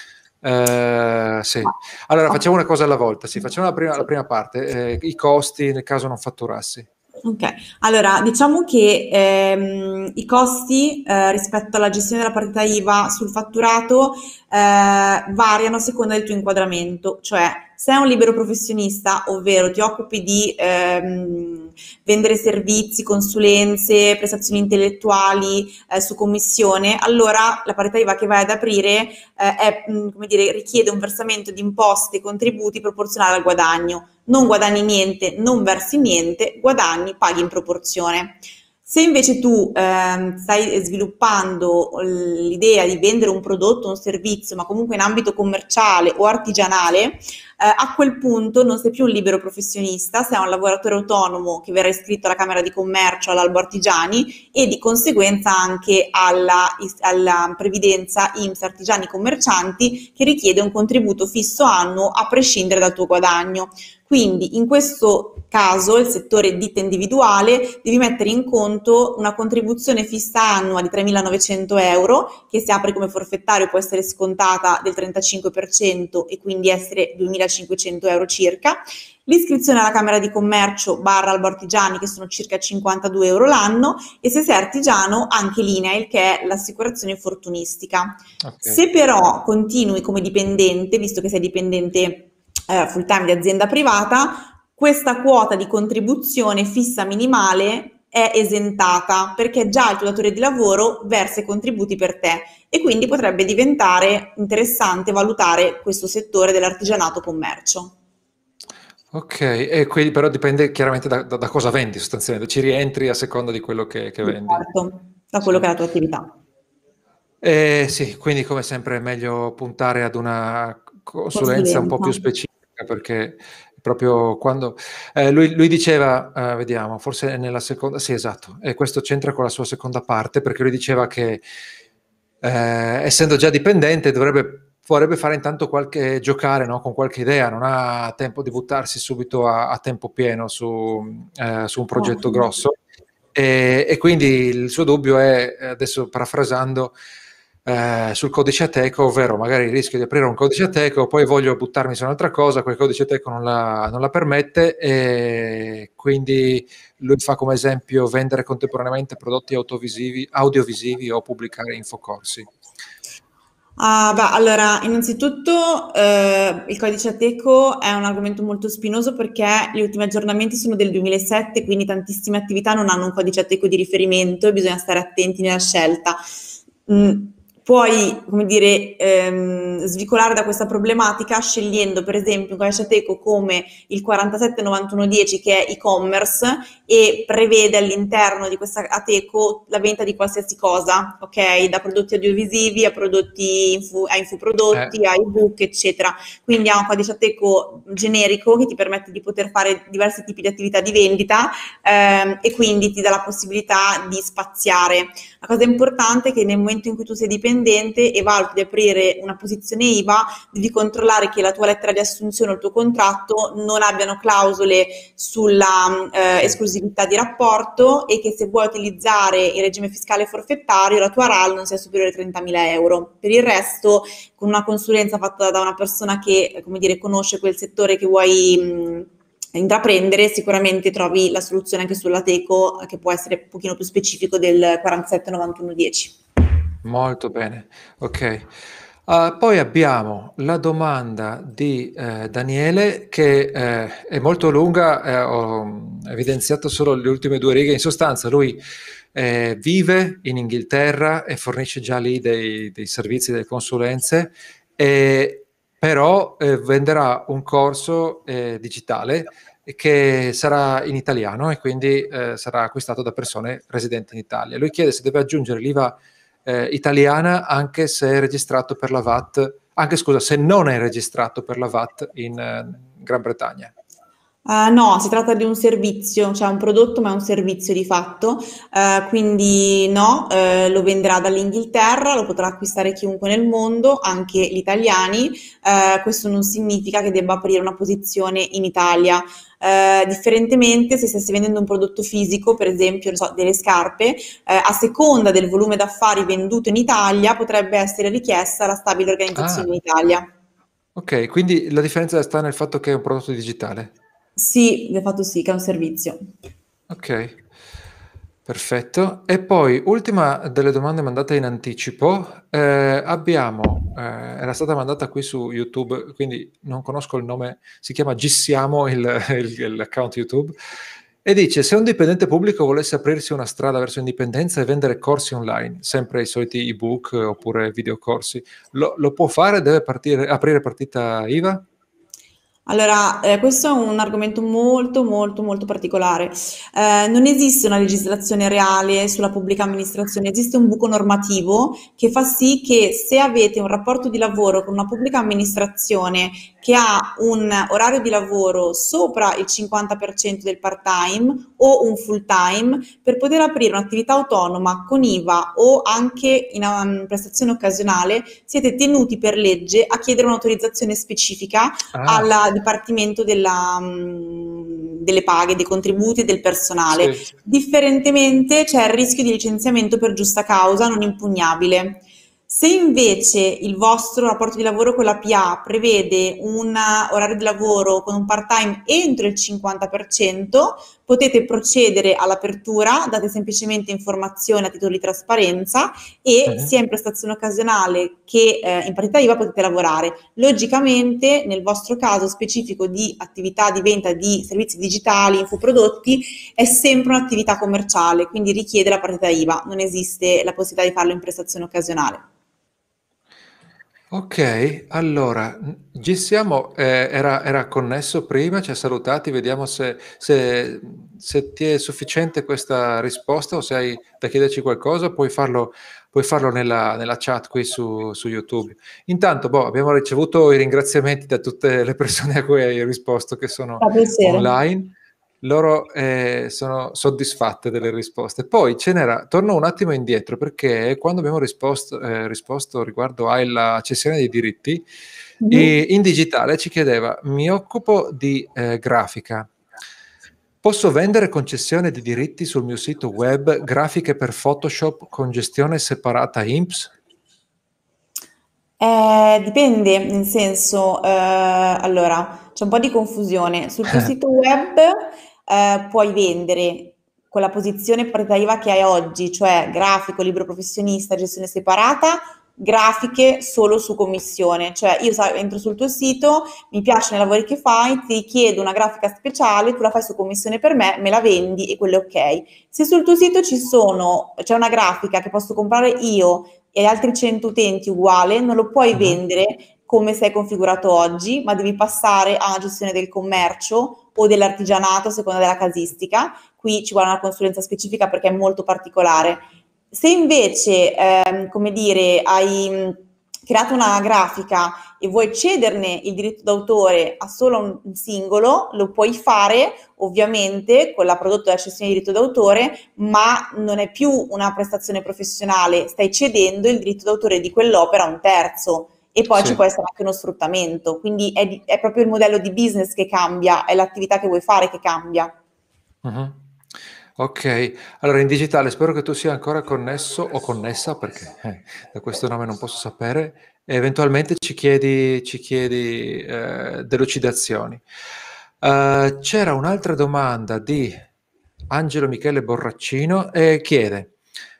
Eh, sì. Allora facciamo una cosa alla volta, sì, facciamo la prima, la prima parte, eh, i costi nel caso non fatturassi. Ok, allora diciamo che ehm, i costi eh, rispetto alla gestione della partita I V A sul fatturato eh, variano a seconda del tuo inquadramento, cioè se sei un libero professionista, ovvero ti occupi di ehm, vendere servizi, consulenze, prestazioni intellettuali eh, su commissione, allora la partita I V A che vai ad aprire eh, è, mh, come dire, richiede un versamento di imposte e contributi proporzionale al guadagno. Non guadagni niente, non versi niente, guadagni, paghi in proporzione. Se invece tu ehm, stai sviluppando l'idea di vendere un prodotto, un servizio, ma comunque in ambito commerciale o artigianale, eh, a quel punto non sei più un libero professionista, sei un lavoratore autonomo che verrà iscritto alla Camera di Commercio, all'Albo Artigiani e di conseguenza anche alla, alla previdenza I N P S Artigiani Commercianti che richiede un contributo fisso annuo a prescindere dal tuo guadagno. Quindi in questo caso, il settore ditta individuale, devi mettere in conto una contribuzione fissa annua di tremilanovecento euro, che se apri come forfettario può essere scontata del trentacinque per cento e quindi essere duemilacinquecento euro circa, l'iscrizione alla Camera di Commercio barra Albo Artigiani che sono circa cinquantadue euro l'anno e se sei artigiano anche l'I N A I L che è l'assicurazione infortunistica. Okay. Se però continui come dipendente, visto che sei dipendente eh, full time di azienda privata, questa quota di contribuzione fissa minimale è esentata perché già il tuo datore di lavoro versa i contributi per te e quindi potrebbe diventare interessante valutare questo settore dell'artigianato commercio. Ok, e quindi però dipende chiaramente da, da, da cosa vendi sostanzialmente, ci rientri a seconda di quello che, che vendi. Certo, da quello Sì. che è la tua attività. Eh, sì, quindi come sempre è meglio puntare ad una consulenza un po' più specifica perché proprio quando eh, lui, lui diceva, eh, vediamo, forse nella seconda, sì esatto, e questo c'entra con la sua seconda parte perché lui diceva che eh, essendo già dipendente dovrebbe vorrebbe fare intanto qualche giocare, no? Con qualche idea, non ha tempo di buttarsi subito a, a tempo pieno su, eh, su un progetto grosso e, e quindi il suo dubbio è, adesso parafrasando, eh, sul codice Ateco, ovvero magari rischio di aprire un codice Ateco, poi voglio buttarmi su un'altra cosa, quel codice Ateco non la, non la permette e quindi lui fa come esempio vendere contemporaneamente prodotti audiovisivi, audiovisivi o pubblicare infocorsi. Ah, beh, allora, innanzitutto eh, il codice Ateco è un argomento molto spinoso perché gli ultimi aggiornamenti sono del duemilasette, quindi tantissime attività non hanno un codice Ateco di riferimento e bisogna stare attenti nella scelta. Mm, puoi, come dire, ehm, svicolare da questa problematica scegliendo per esempio un codice Ateco come il quarantasette novantuno dieci che è e-commerce e prevede all'interno di questa Ateco la vendita di qualsiasi cosa, ok? Da prodotti audiovisivi a prodotti info, a infoprodotti, Eh. a ebook, eccetera. Quindi ha un codice Ateco generico che ti permette di poter fare diversi tipi di attività di vendita ehm, e quindi ti dà la possibilità di spaziare. La cosa importante è che nel momento in cui tu sei dipendente dipendente e valuti di aprire una posizione I V A, devi controllare che la tua lettera di assunzione o il tuo contratto non abbiano clausole sulla eh, Sì. esclusività di rapporto e che se vuoi utilizzare il regime fiscale forfettario la tua R A L non sia superiore ai trentamila euro. Per il resto, con una consulenza fatta da una persona che, come dire, conosce quel settore che vuoi mh, intraprendere, sicuramente trovi la soluzione anche sulla Teco, che può essere un pochino più specifico del quarantasette novantuno dieci. Molto bene, ok. Uh, poi abbiamo la domanda di eh, Daniele che eh, è molto lunga, eh, ho evidenziato solo le ultime due righe. In sostanza lui eh, vive in Inghilterra e fornisce già lì dei, dei servizi, delle consulenze, e, però eh, venderà un corso eh, digitale che sarà in italiano e quindi eh, sarà acquistato da persone residenti in Italia. Lui chiede se deve aggiungere l'I V A Eh, italiana anche se è registrato per la V A T, anche scusa, se non è registrato per la V A T in eh, Gran Bretagna. Uh, no, si tratta di un servizio, cioè un prodotto ma è un servizio di fatto, uh, quindi no, uh, lo venderà dall'Inghilterra, lo potrà acquistare chiunque nel mondo, anche gli italiani. Uh, questo non significa che debba aprire una posizione in Italia. Uh, differentemente, se stessi vendendo un prodotto fisico, per esempio, non so, delle scarpe, uh, a seconda del volume d'affari venduto in Italia potrebbe essere richiesta la stabile organizzazione Ah, in Italia. ok, quindi la differenza sta nel fatto che è un prodotto digitale. Sì, di fatto sì, che è un servizio. Ok, perfetto. E poi, ultima delle domande mandate in anticipo, eh, abbiamo, eh, era stata mandata qui su YouTube, quindi non conosco il nome, si chiama Gissiamo il, il- l'account YouTube, e dice, se un dipendente pubblico volesse aprirsi una strada verso l'indipendenza e vendere corsi online, sempre i soliti ebook oppure videocorsi, lo, lo può fare? Deve partire, aprire partita I V A? Allora, eh, questo è un argomento molto, molto, molto particolare. Eh, non esiste una legislazione reale sulla pubblica amministrazione, esiste un buco normativo che fa sì che se avete un rapporto di lavoro con una pubblica amministrazione che ha un orario di lavoro sopra il cinquanta per cento del part-time o un full-time, per poter aprire un'attività autonoma con I V A o anche in um, prestazione occasionale, siete tenuti per legge a chiedere un'autorizzazione specifica Ah, al Dipartimento della, mh, delle paghe, dei contributi e del personale. sì. Differentemente c'è il rischio di licenziamento per giusta causa non impugnabile. Se invece il vostro rapporto di lavoro con la P A prevede un orario di lavoro con un part-time entro il cinquanta per cento, potete procedere all'apertura, date semplicemente informazioni a titolo di trasparenza e Mhm. sia in prestazione occasionale che eh, in partita I V A potete lavorare. Logicamente, nel vostro caso specifico di attività di vendita di servizi digitali, infoprodotti, è sempre un'attività commerciale, quindi richiede la partita I V A, non esiste la possibilità di farlo in prestazione occasionale. Ok, allora, ci siamo, eh, era, era connesso prima, ci ha salutati, vediamo se, se- se ti è sufficiente questa risposta o se hai da chiederci qualcosa, puoi farlo, puoi farlo nella, nella chat qui su, su YouTube. Intanto, boh, abbiamo ricevuto i ringraziamenti da tutte le persone a cui hai risposto che sono Fa piacere. online. Loro eh, sono soddisfatte delle risposte. Poi ce n'era, torno un attimo indietro perché quando abbiamo risposto, eh, risposto riguardo alla cessione dei diritti, Mhm. e in digitale ci chiedeva, mi occupo di eh, grafica, posso vendere concessione di diritti sul mio sito web, grafiche per Photoshop con gestione separata I N P S? Eh, dipende, nel senso, eh, allora, c'è un po' di confusione. Sul tuo sito web eh, puoi vendere con la posizione partita I V A che hai oggi, cioè grafico, libero professionista, gestione separata, grafiche solo su commissione. Cioè io sa- entro sul tuo sito, mi piacciono i lavori che fai, ti chiedo una grafica speciale, tu la fai su commissione per me, me la vendi e quello è ok. Se sul tuo sito ci sono, c'è una grafica che posso comprare io e altri cento utenti uguale, non lo puoi Mhm. vendere come sei configurato oggi, ma devi passare a una gestione del commercio o dell'artigianato a seconda della casistica. Qui ci vuole una consulenza specifica perché è molto particolare. Se invece, ehm, come dire, hai creato una grafica e vuoi cederne il diritto d'autore a solo un singolo, lo puoi fare ovviamente con la prodotta della cessione di diritto d'autore, ma non è più una prestazione professionale, stai cedendo il diritto d'autore di quell'opera a un terzo. E poi Sì. ci può essere anche uno sfruttamento, quindi è, di- è proprio il modello di business che cambia, è l'attività che vuoi fare che cambia. Mhm. Ok, allora in digitale spero che tu sia ancora connesso o connessa perché eh, da questo nome non posso sapere e eventualmente ci chiedi, ci chiedi eh, delucidazioni. Eh, c'era un'altra domanda di Angelo Michele Borraccino e chiede,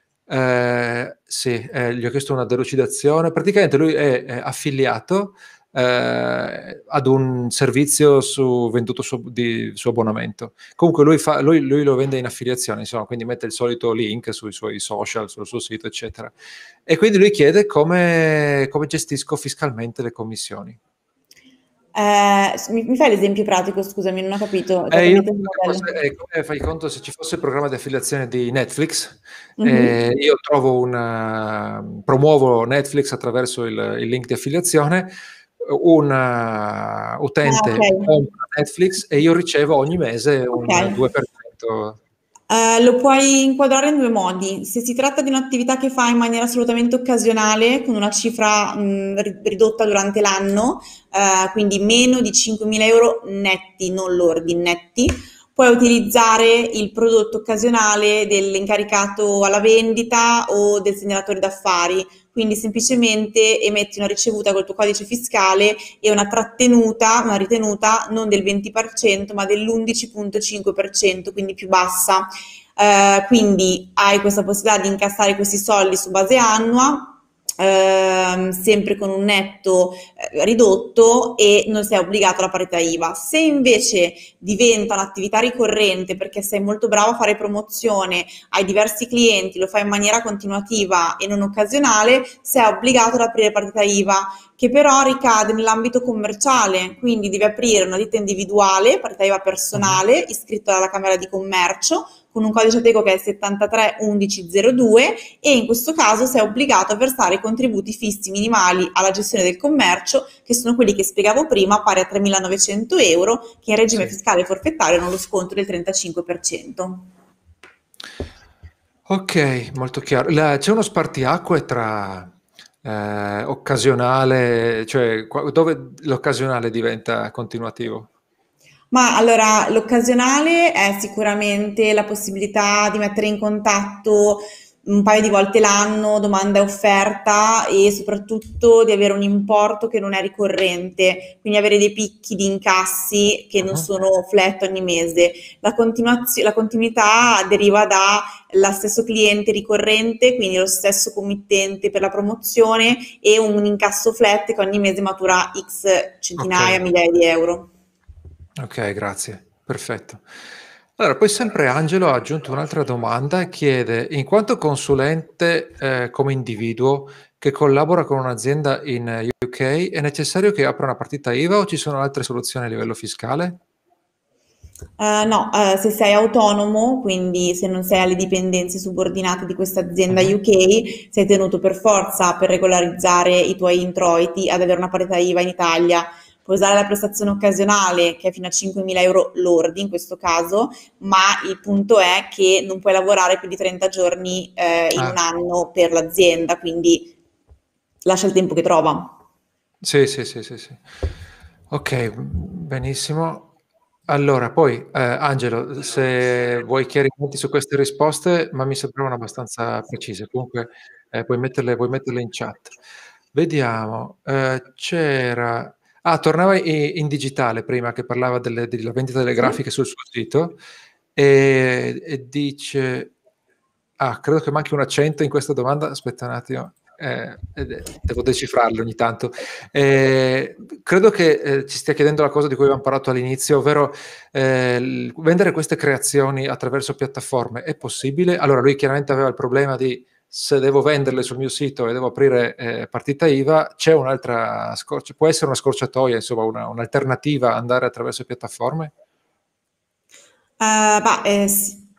eh, sì, eh, gli ho chiesto una delucidazione, praticamente lui è, è affiliato eh, ad un servizio su, venduto su, di, su abbonamento. Comunque lui, fa, lui, lui lo vende in affiliazione, insomma, quindi mette il solito link sui suoi social, sul suo sito, eccetera. E quindi lui chiede come, come gestisco fiscalmente le commissioni. Eh, mi, mi fai l'esempio pratico, scusami, non ho capito Eh, io esattamente il che fosse, modello. eh, come fai conto se ci fosse il programma di affiliazione di Netflix, Mhm. eh, io trovo una, promuovo Netflix attraverso il, il link di affiliazione, un uh, Ah, ok. utente compra Netflix e io ricevo ogni mese Ok. un due per cento. Eh, lo puoi inquadrare in due modi. Se si tratta di un'attività che fai in maniera assolutamente occasionale, con una cifra mh, ri- ridotta durante l'anno, eh, quindi meno di cinquemila euro netti, non lordi, netti, puoi utilizzare il prodotto occasionale dell'incaricato alla vendita o del segnalatore d'affari. Quindi semplicemente emetti una ricevuta col tuo codice fiscale e una trattenuta, una ritenuta non del venti per cento ma dell'undici virgola cinque per cento, quindi più bassa. Eh, quindi hai questa possibilità di incassare questi soldi su base annua, ehm, sempre con un netto eh, ridotto e non sei obbligato alla parità I V A. Se invece diventa un'attività ricorrente perché sei molto bravo a fare promozione, hai diversi clienti, lo fai in maniera continuativa e non occasionale, sei obbligato ad aprire partita I V A, che però ricade nell'ambito commerciale, quindi devi aprire una ditta individuale, partita I V A Mhm. personale, iscritta alla Camera di Commercio, con un codice ateco che è settantatré undici zero due e in questo caso sei obbligato a versare i contributi fissi minimali alla gestione del commercio, che sono quelli che spiegavo prima, pari a tremilanovecento euro, che in regime Sì. fiscale forfettario hanno lo sconto del trentacinque per cento. Ok, molto chiaro. La- c'è uno spartiacque tra eh, occasionale, cioè qua- dove l'occasionale diventa continuativo? Ma allora, l'occasionale è sicuramente la possibilità di mettere in contatto un paio di volte l'anno, domanda e offerta e soprattutto di avere un importo che non è ricorrente, quindi avere dei picchi di incassi che non Mhm. sono flat ogni mese. La continuazio- la continuità deriva dalla stesso cliente ricorrente, quindi lo stesso committente per la promozione e un incasso flat che ogni mese matura X Ok, centinaia, migliaia di euro. ok, grazie. Perfetto. Allora, poi sempre Angelo ha aggiunto un'altra domanda e chiede, in quanto consulente eh, come individuo che collabora con un'azienda in U K, è necessario che apra una partita I V A o ci sono altre soluzioni a livello fiscale? Eh, no, eh, se sei autonomo, quindi se non sei alle dipendenze subordinate di questa azienda Mhm. U K, sei tenuto per forza per regolarizzare i tuoi introiti ad avere una parità I V A in Italia. Puoi usare la prestazione occasionale che è fino a cinquemila euro lordi in questo caso, ma il punto è che non puoi lavorare più di trenta giorni eh, in un Ah, anno per l'azienda, quindi lascia il tempo che trova. sì, sì, sì, sì, sì. Ok, benissimo. Allora, poi, eh, Angelo, se vuoi chiarimenti su queste risposte, ma mi sembravano abbastanza precise, comunque eh, puoi metterle, puoi metterle in chat. Vediamo, eh, c'era... Ah, tornava i- in digitale prima che parlava delle- della vendita delle Sì? grafiche sul suo sito e, e dice... Ah, credo che manchi un accento in questa domanda. Aspetta un attimo, eh, ed è- devo decifrarlo ogni tanto. Eh, credo che eh, ci stia chiedendo la cosa di cui abbiamo parlato all'inizio, ovvero eh, il- vendere queste creazioni attraverso piattaforme è possibile? Allora, lui chiaramente aveva il problema di se devo venderle sul mio sito e devo aprire eh, partita I V A, c'è un'altra scorcia, può essere una scorciatoia, insomma, una- un'alternativa andare attraverso piattaforme? Eh, bah, eh, s-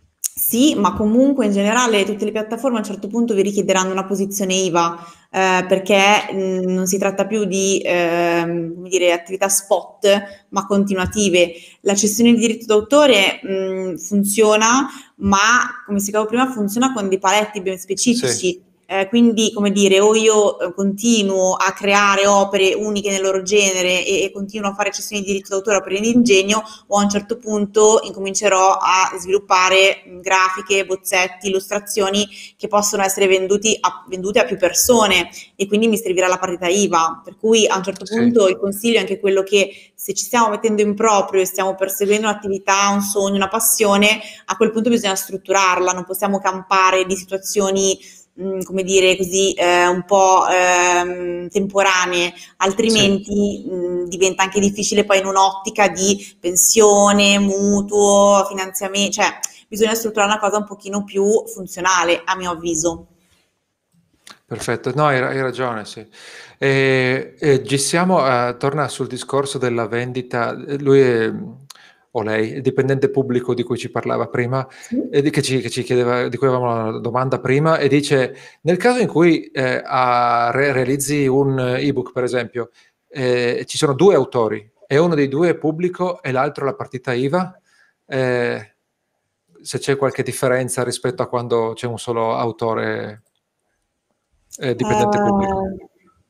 Sì, ma comunque in generale tutte le piattaforme a un certo punto vi richiederanno una posizione I V A, eh, perché mh, non si tratta più di ehm, come dire, attività spot, ma continuative. La cessione di diritto d'autore mh, funziona, ma come spiegavo prima, funziona con dei paletti ben Sì, specifici. Eh, quindi, come dire, o io eh, continuo a creare opere uniche nel loro genere e, e continuo a fare cessioni di diritto d'autore, opere di ingegno, o a un certo punto incomincerò a sviluppare mh, grafiche, bozzetti, illustrazioni che possono essere venduti a, vendute a più persone e quindi mi servirà la partita I V A. Per cui a un certo sì. punto il consiglio è anche quello che se ci stiamo mettendo in proprio e stiamo perseguendo un'attività, un sogno, una passione, a quel punto bisogna strutturarla, non possiamo campare di situazioni mh, come dire così, eh, un po' ehm, temporanee, Sì. altrimenti mh, diventa anche difficile poi in un'ottica di pensione, mutuo, finanziamento, cioè bisogna strutturare una cosa un pochino più funzionale, a mio avviso. Perfetto, no, hai, hai ragione, sì. E, e ci siamo, eh, torna sul discorso della vendita, eh, lui è, o lei, il dipendente pubblico di cui ci parlava prima, Sì. e di, che ci, che ci chiedeva, di cui avevamo una domanda prima, e dice, nel caso in cui eh, a- re- realizzi un ebook, per esempio, eh, ci sono due autori, e uno dei due è pubblico e l'altro la partita I V A, eh, se c'è qualche differenza rispetto a quando c'è un solo autore eh, dipendente pubblico. Eh,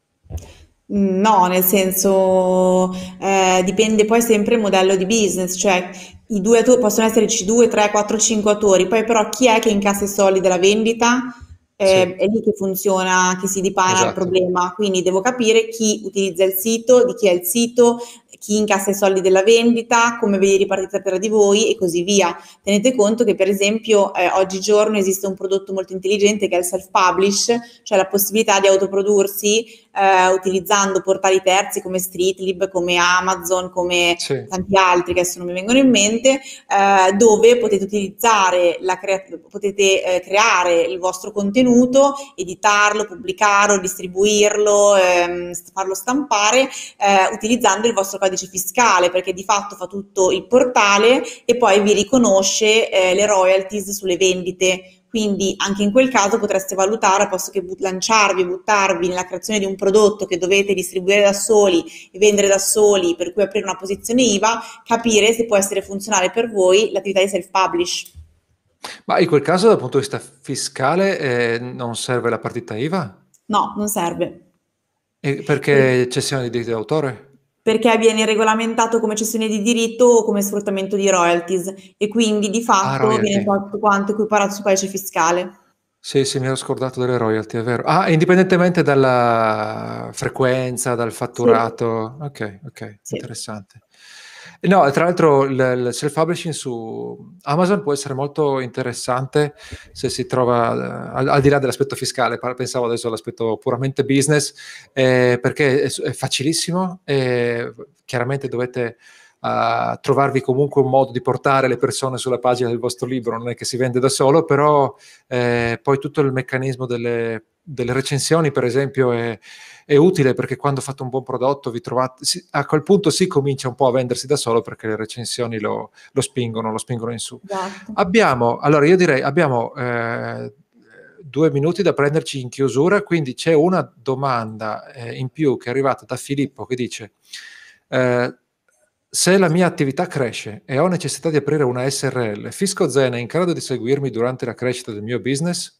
no, nel senso eh, dipende poi sempre il modello di business, cioè i due attori possono esserci due, tre, quattro, cinque attori, poi però chi è che incassa i soldi della vendita? Sì, Eh, è lì che funziona, che si dipana il esatto. problema, quindi devo capire chi utilizza il sito, di chi è il sito, chi incassa i soldi della vendita, come ve li ripartite tra di voi e così via. Tenete conto che per esempio eh, oggigiorno esiste un prodotto molto intelligente che è il self-publish, cioè la possibilità di autoprodursi eh, utilizzando portali terzi come Streetlib, come Amazon, come Sì. tanti altri che adesso non mi vengono in mente, eh, dove potete utilizzare la crea- potete eh, creare il vostro contenuto, editarlo, pubblicarlo, distribuirlo, ehm, farlo stampare eh, utilizzando il vostro codice fiscale, perché di fatto fa tutto il portale e poi vi riconosce eh, le royalties sulle vendite. Quindi anche in quel caso potreste valutare, posto che but- lanciarvi e buttarvi nella creazione di un prodotto che dovete distribuire da soli e vendere da soli, per cui aprire una posizione I V A, capire se può essere funzionale per voi l'attività di self-publish. Ma in quel caso, dal punto di vista fiscale, eh, non serve la partita I V A? No, non serve. E perché cessione di diritti d'autore? Perché viene regolamentato come cessione di diritto o come sfruttamento di royalties e quindi di Ah, fatto viene royalty. tutto quanto equiparato sul codice fiscale. Sì, sì, mi ero scordato delle royalty, è vero. Ah, indipendentemente dalla frequenza, dal Sì, fatturato. Ok, ok, sì. interessante. E no, tra l'altro il, il self-publishing su Amazon può essere molto interessante se si trova, eh, al, al di là dell'aspetto fiscale, par- pensavo adesso all'aspetto puramente business, eh, perché è, è facilissimo e chiaramente dovete a trovarvi comunque un modo di portare le persone sulla pagina del vostro libro, non è che si vende da solo, però eh, poi tutto il meccanismo delle, delle recensioni, per esempio, è, è utile perché quando fate un buon prodotto vi trovate, si, a quel punto si comincia un po' a vendersi da solo perché le recensioni lo, lo spingono, lo spingono in su. Esatto. Abbiamo, allora io direi, abbiamo eh, due minuti da prenderci in chiusura, quindi c'è una domanda eh, in più che è arrivata da Filippo che dice eh, se la mia attività cresce e ho necessità di aprire una S R L, Fisco Zen è in grado di seguirmi durante la crescita del mio business?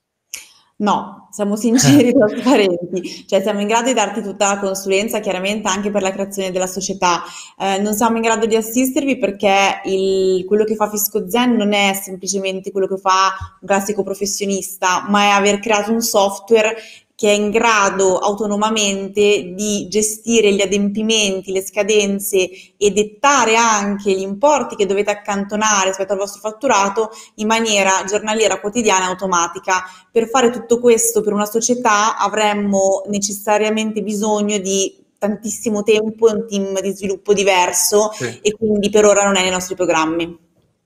No, siamo sinceri e trasparenti, cioè siamo in grado di darti tutta la consulenza, chiaramente anche per la creazione della società. Eh, non siamo in grado di assistervi perché il- quello che fa Fisco Zen non è semplicemente quello che fa un classico professionista, ma è aver creato un software che è in grado autonomamente di gestire gli adempimenti, le scadenze e dettare anche gli importi che dovete accantonare rispetto al vostro fatturato in maniera giornaliera, quotidiana e automatica. Per fare tutto questo per una società avremmo necessariamente bisogno di tantissimo tempo e un team di sviluppo diverso Sì. e quindi per ora non è nei nostri programmi.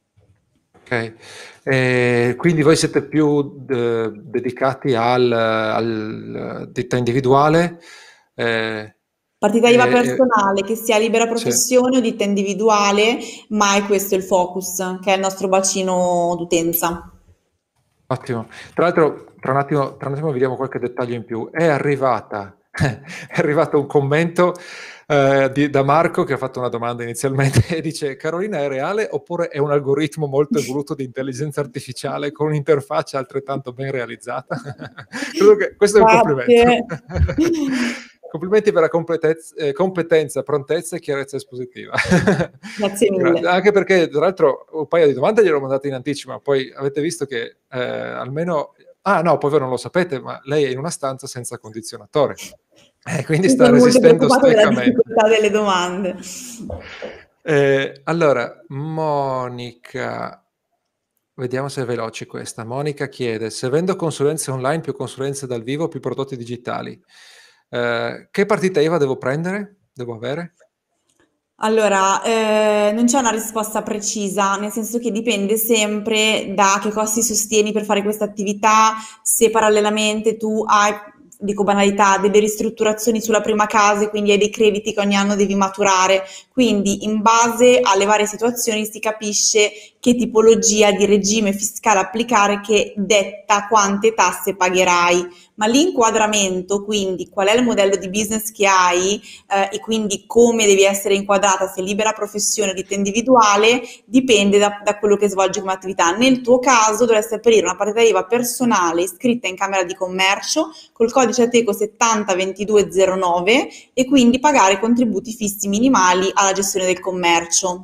Ok. Eh, quindi voi siete più eh, dedicati al, al ditta individuale? Eh, Partita I V A eh, eh, personale, che sia libera sì. professione o ditta individuale, ma è questo il focus, che è il nostro bacino d'utenza. Ottimo. Tra l'altro, tra un attimo, tra un attimo vediamo qualche dettaglio in più. È arrivata, è arrivato un commento eh, di- da Marco che ha fatto una domanda inizialmente e dice: Carolina è reale oppure è un algoritmo molto evoluto di intelligenza artificiale con un'interfaccia altrettanto ben realizzata? Credo che questo è un complimento. Grazie. Complimenti per la completezza, eh, competenza, prontezza e chiarezza espositiva. Grazie mille. Grazie. Anche perché, tra l'altro, un paio di domande gliel'ho mandate in anticipo, ma poi avete visto che eh, almeno... Ah no, poi voi non lo sapete, ma lei è in una stanza senza condizionatore. Eh, quindi Mi sta sono molto resistendo preoccupata della stoicamente. difficoltà delle domande. Eh, allora, Monica, vediamo se è veloce questa. Monica chiede: se vendo consulenze online, più consulenze dal vivo, più prodotti digitali, eh, che partita I V A devo prendere? Devo avere? Allora, eh, non c'è una risposta precisa, nel senso che dipende sempre da che costi sostieni per fare questa attività, se parallelamente tu hai, dico banalità, delle ristrutturazioni sulla prima casa e quindi hai dei crediti che ogni anno devi maturare. Quindi in base alle varie situazioni si capisce che tipologia di regime fiscale applicare che detta quante tasse pagherai. Ma l'inquadramento, quindi qual è il modello di business che hai eh, e quindi come devi essere inquadrata, se libera professione o ditta individuale, dipende da, da quello che svolgi come attività. Nel tuo caso dovresti aprire una partita I V A personale iscritta in Camera di Commercio col codice Ateco settanta ventidue zero nove e quindi pagare contributi fissi minimali alla gestione del commercio.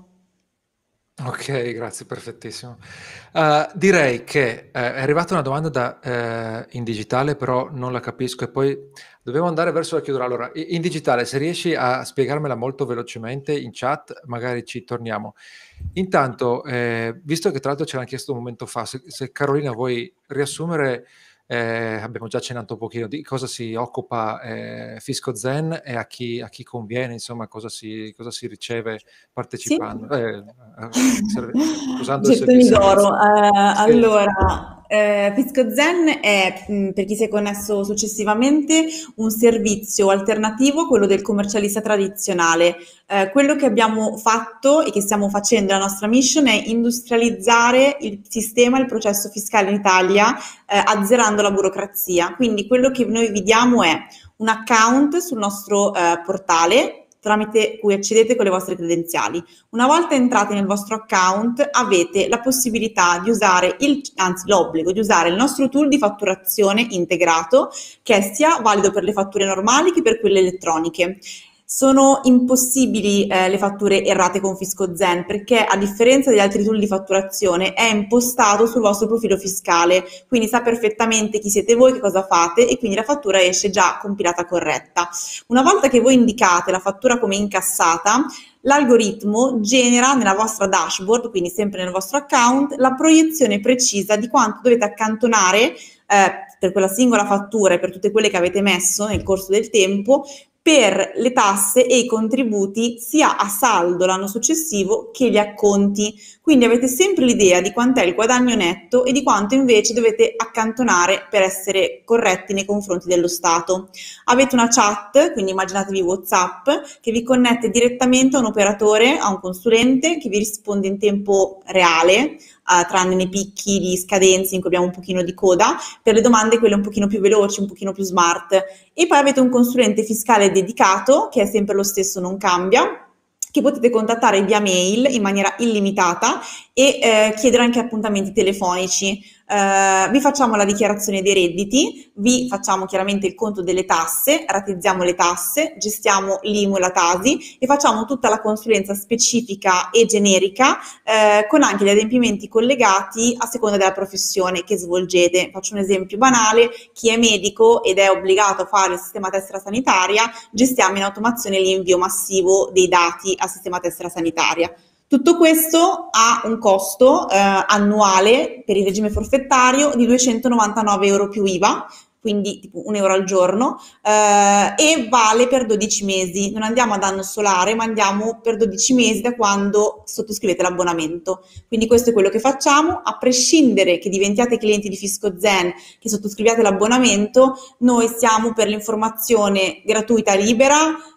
Ok, grazie, perfettissimo. Uh, direi che eh, è arrivata una domanda da, eh, in digitale, però non la capisco e poi dobbiamo andare verso la chiusura. Allora, i- in digitale, se riesci a spiegarmela molto velocemente in chat, magari ci torniamo. Intanto, eh, visto che tra l'altro ce l'hanno chiesto un momento fa, se, se Carolina vuoi riassumere, eh, abbiamo già accennato un pochino di cosa si occupa eh, Fisco Zen e a chi, a chi conviene, insomma, cosa si, cosa si riceve Sì? partecipando, eh, eh, serve- usando il, ser- il Gettoni servizio. d'oro. Eh, Sì. allora, eh, Fisco Zen è, mh, per chi si è connesso successivamente, un servizio alternativo a quello del commercialista tradizionale. Eh, quello che abbiamo fatto e che stiamo facendo, la nostra mission, è industrializzare il sistema e il processo fiscale in Italia, eh, azzerando la burocrazia. Quindi quello che noi vi diamo è un account sul nostro eh, portale tramite cui accedete con le vostre credenziali. Una volta entrati nel vostro account avete la possibilità di usare, il, anzi l'obbligo di usare il nostro tool di fatturazione integrato, che è sia valido per le fatture normali che per quelle elettroniche. Sono impossibili eh, le fatture errate con Fisco Zen perché, a differenza degli altri tool di fatturazione, è impostato sul vostro profilo fiscale, quindi sa perfettamente chi siete voi, che cosa fate e quindi la fattura esce già compilata corretta. Una volta che voi indicate la fattura come incassata, l'algoritmo genera nella vostra dashboard, quindi sempre nel vostro account, la proiezione precisa di quanto dovete accantonare eh, per quella singola fattura e per tutte quelle che avete messo nel corso del tempo per le tasse e i contributi sia a saldo l'anno successivo che gli acconti. Quindi avete sempre l'idea di quant'è il guadagno netto e di quanto invece dovete accantonare per essere corretti nei confronti dello Stato. Avete una chat, quindi immaginatevi WhatsApp, che vi connette direttamente a un operatore, a un consulente che vi risponde in tempo reale, Uh, tranne nei picchi di scadenze in cui abbiamo un pochino di coda, per le domande quelle un pochino più veloci, un pochino più smart. E poi avete un consulente fiscale dedicato, che è sempre lo stesso, non cambia, che potete contattare via mail in maniera illimitata e eh, chiedere anche appuntamenti telefonici. Uh, vi facciamo la dichiarazione dei redditi, vi facciamo chiaramente il conto delle tasse, ratezziamo le tasse, gestiamo l'I M U e la Tasi e facciamo tutta la consulenza specifica e generica eh, con anche gli adempimenti collegati a seconda della professione che svolgete. Faccio un esempio banale: chi è medico ed è obbligato a fare il sistema tessera sanitaria, gestiamo in automazione l'invio massivo dei dati al sistema tessera sanitaria. Tutto questo ha un costo eh, annuale per il regime forfettario di duecentonovantanove euro più I V A, quindi tipo un euro al giorno, eh, e vale per dodici mesi. Non andiamo ad anno solare, ma andiamo per dodici mesi da quando sottoscrivete l'abbonamento. Quindi questo è quello che facciamo, a prescindere che diventiate clienti di Fisco Zen, che sottoscriviate l'abbonamento, noi siamo per l'informazione gratuita e libera,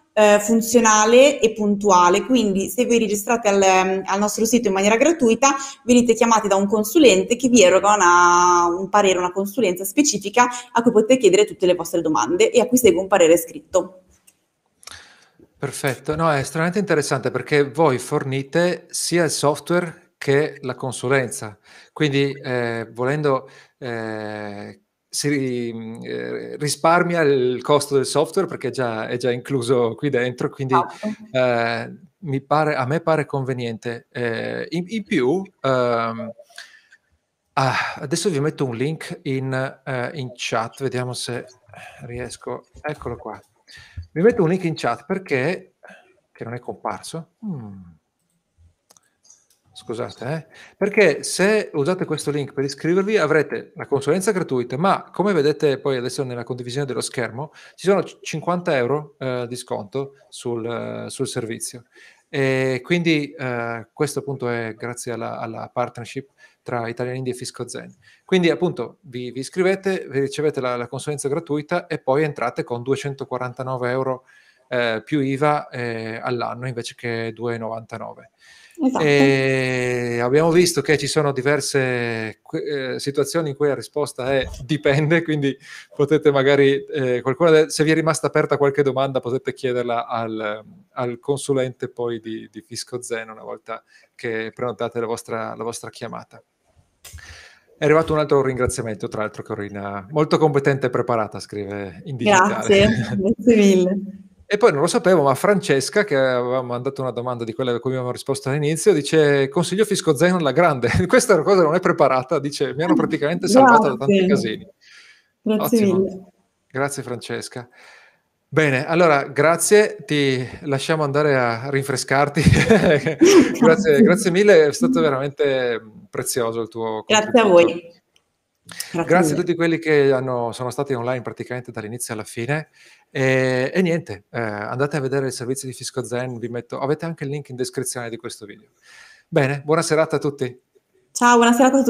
eh, funzionale e puntuale, quindi se vi registrate al, al nostro sito in maniera gratuita venite chiamati da un consulente che vi eroga una, un parere, una consulenza specifica a cui potete chiedere tutte le vostre domande e a cui segue un parere scritto. Perfetto, no, è estremamente interessante perché voi fornite sia il software che la consulenza, quindi eh, volendo eh, si eh, risparmia il costo del software perché già, è già incluso qui dentro, quindi Esatto. eh, mi pare, a me pare conveniente. Eh, in, in più, ehm, ah, adesso vi metto un link in, eh, in chat, vediamo se riesco, eccolo qua. Vi metto un link in chat perché, che non è comparso, hmm. Scusate, eh? Perché se usate questo link per iscrivervi avrete la consulenza gratuita, ma come vedete poi adesso nella condivisione dello schermo ci sono cinquanta euro eh, di sconto sul, uh, sul servizio. E quindi uh, questo appunto è grazie alla, alla partnership tra Italian Indie e Fisco Zen. Quindi appunto vi, vi iscrivete, vi ricevete la, la consulenza gratuita e poi entrate con duecentoquarantanove euro eh, più I V A eh, all'anno invece che due e novantanove. Esatto. E abbiamo visto che ci sono diverse eh, situazioni in cui la risposta è dipende, quindi potete magari, eh, qualcuno, se vi è rimasta aperta qualche domanda potete chiederla al, al consulente poi di, di Fisco Zen una volta che prenotate la vostra, la vostra chiamata. È arrivato un altro ringraziamento, tra l'altro, Corina, molto competente e preparata, scrive in digitale. Grazie, grazie mille. E poi non lo sapevo, ma Francesca, che aveva mandato una domanda di quella a cui abbiamo risposto all'inizio, dice consiglio Fisco Zen alla grande. Questa cosa non è preparata, dice mi hanno praticamente salvato da tanti casini. Grazie Ottimo. mille. Grazie Francesca. Bene, allora grazie, ti lasciamo andare a rinfrescarti. grazie, grazie mille, è stato veramente prezioso il tuo contributo. Grazie a voi. Grazie, grazie a tutti quelli che hanno, sono stati online praticamente dall'inizio alla fine. E, e niente, eh, andate a vedere il servizio di Fisco Zen, vi metto, avete anche il link in descrizione di questo video. Bene, buona serata a tutti. Ciao, buona serata a tutti.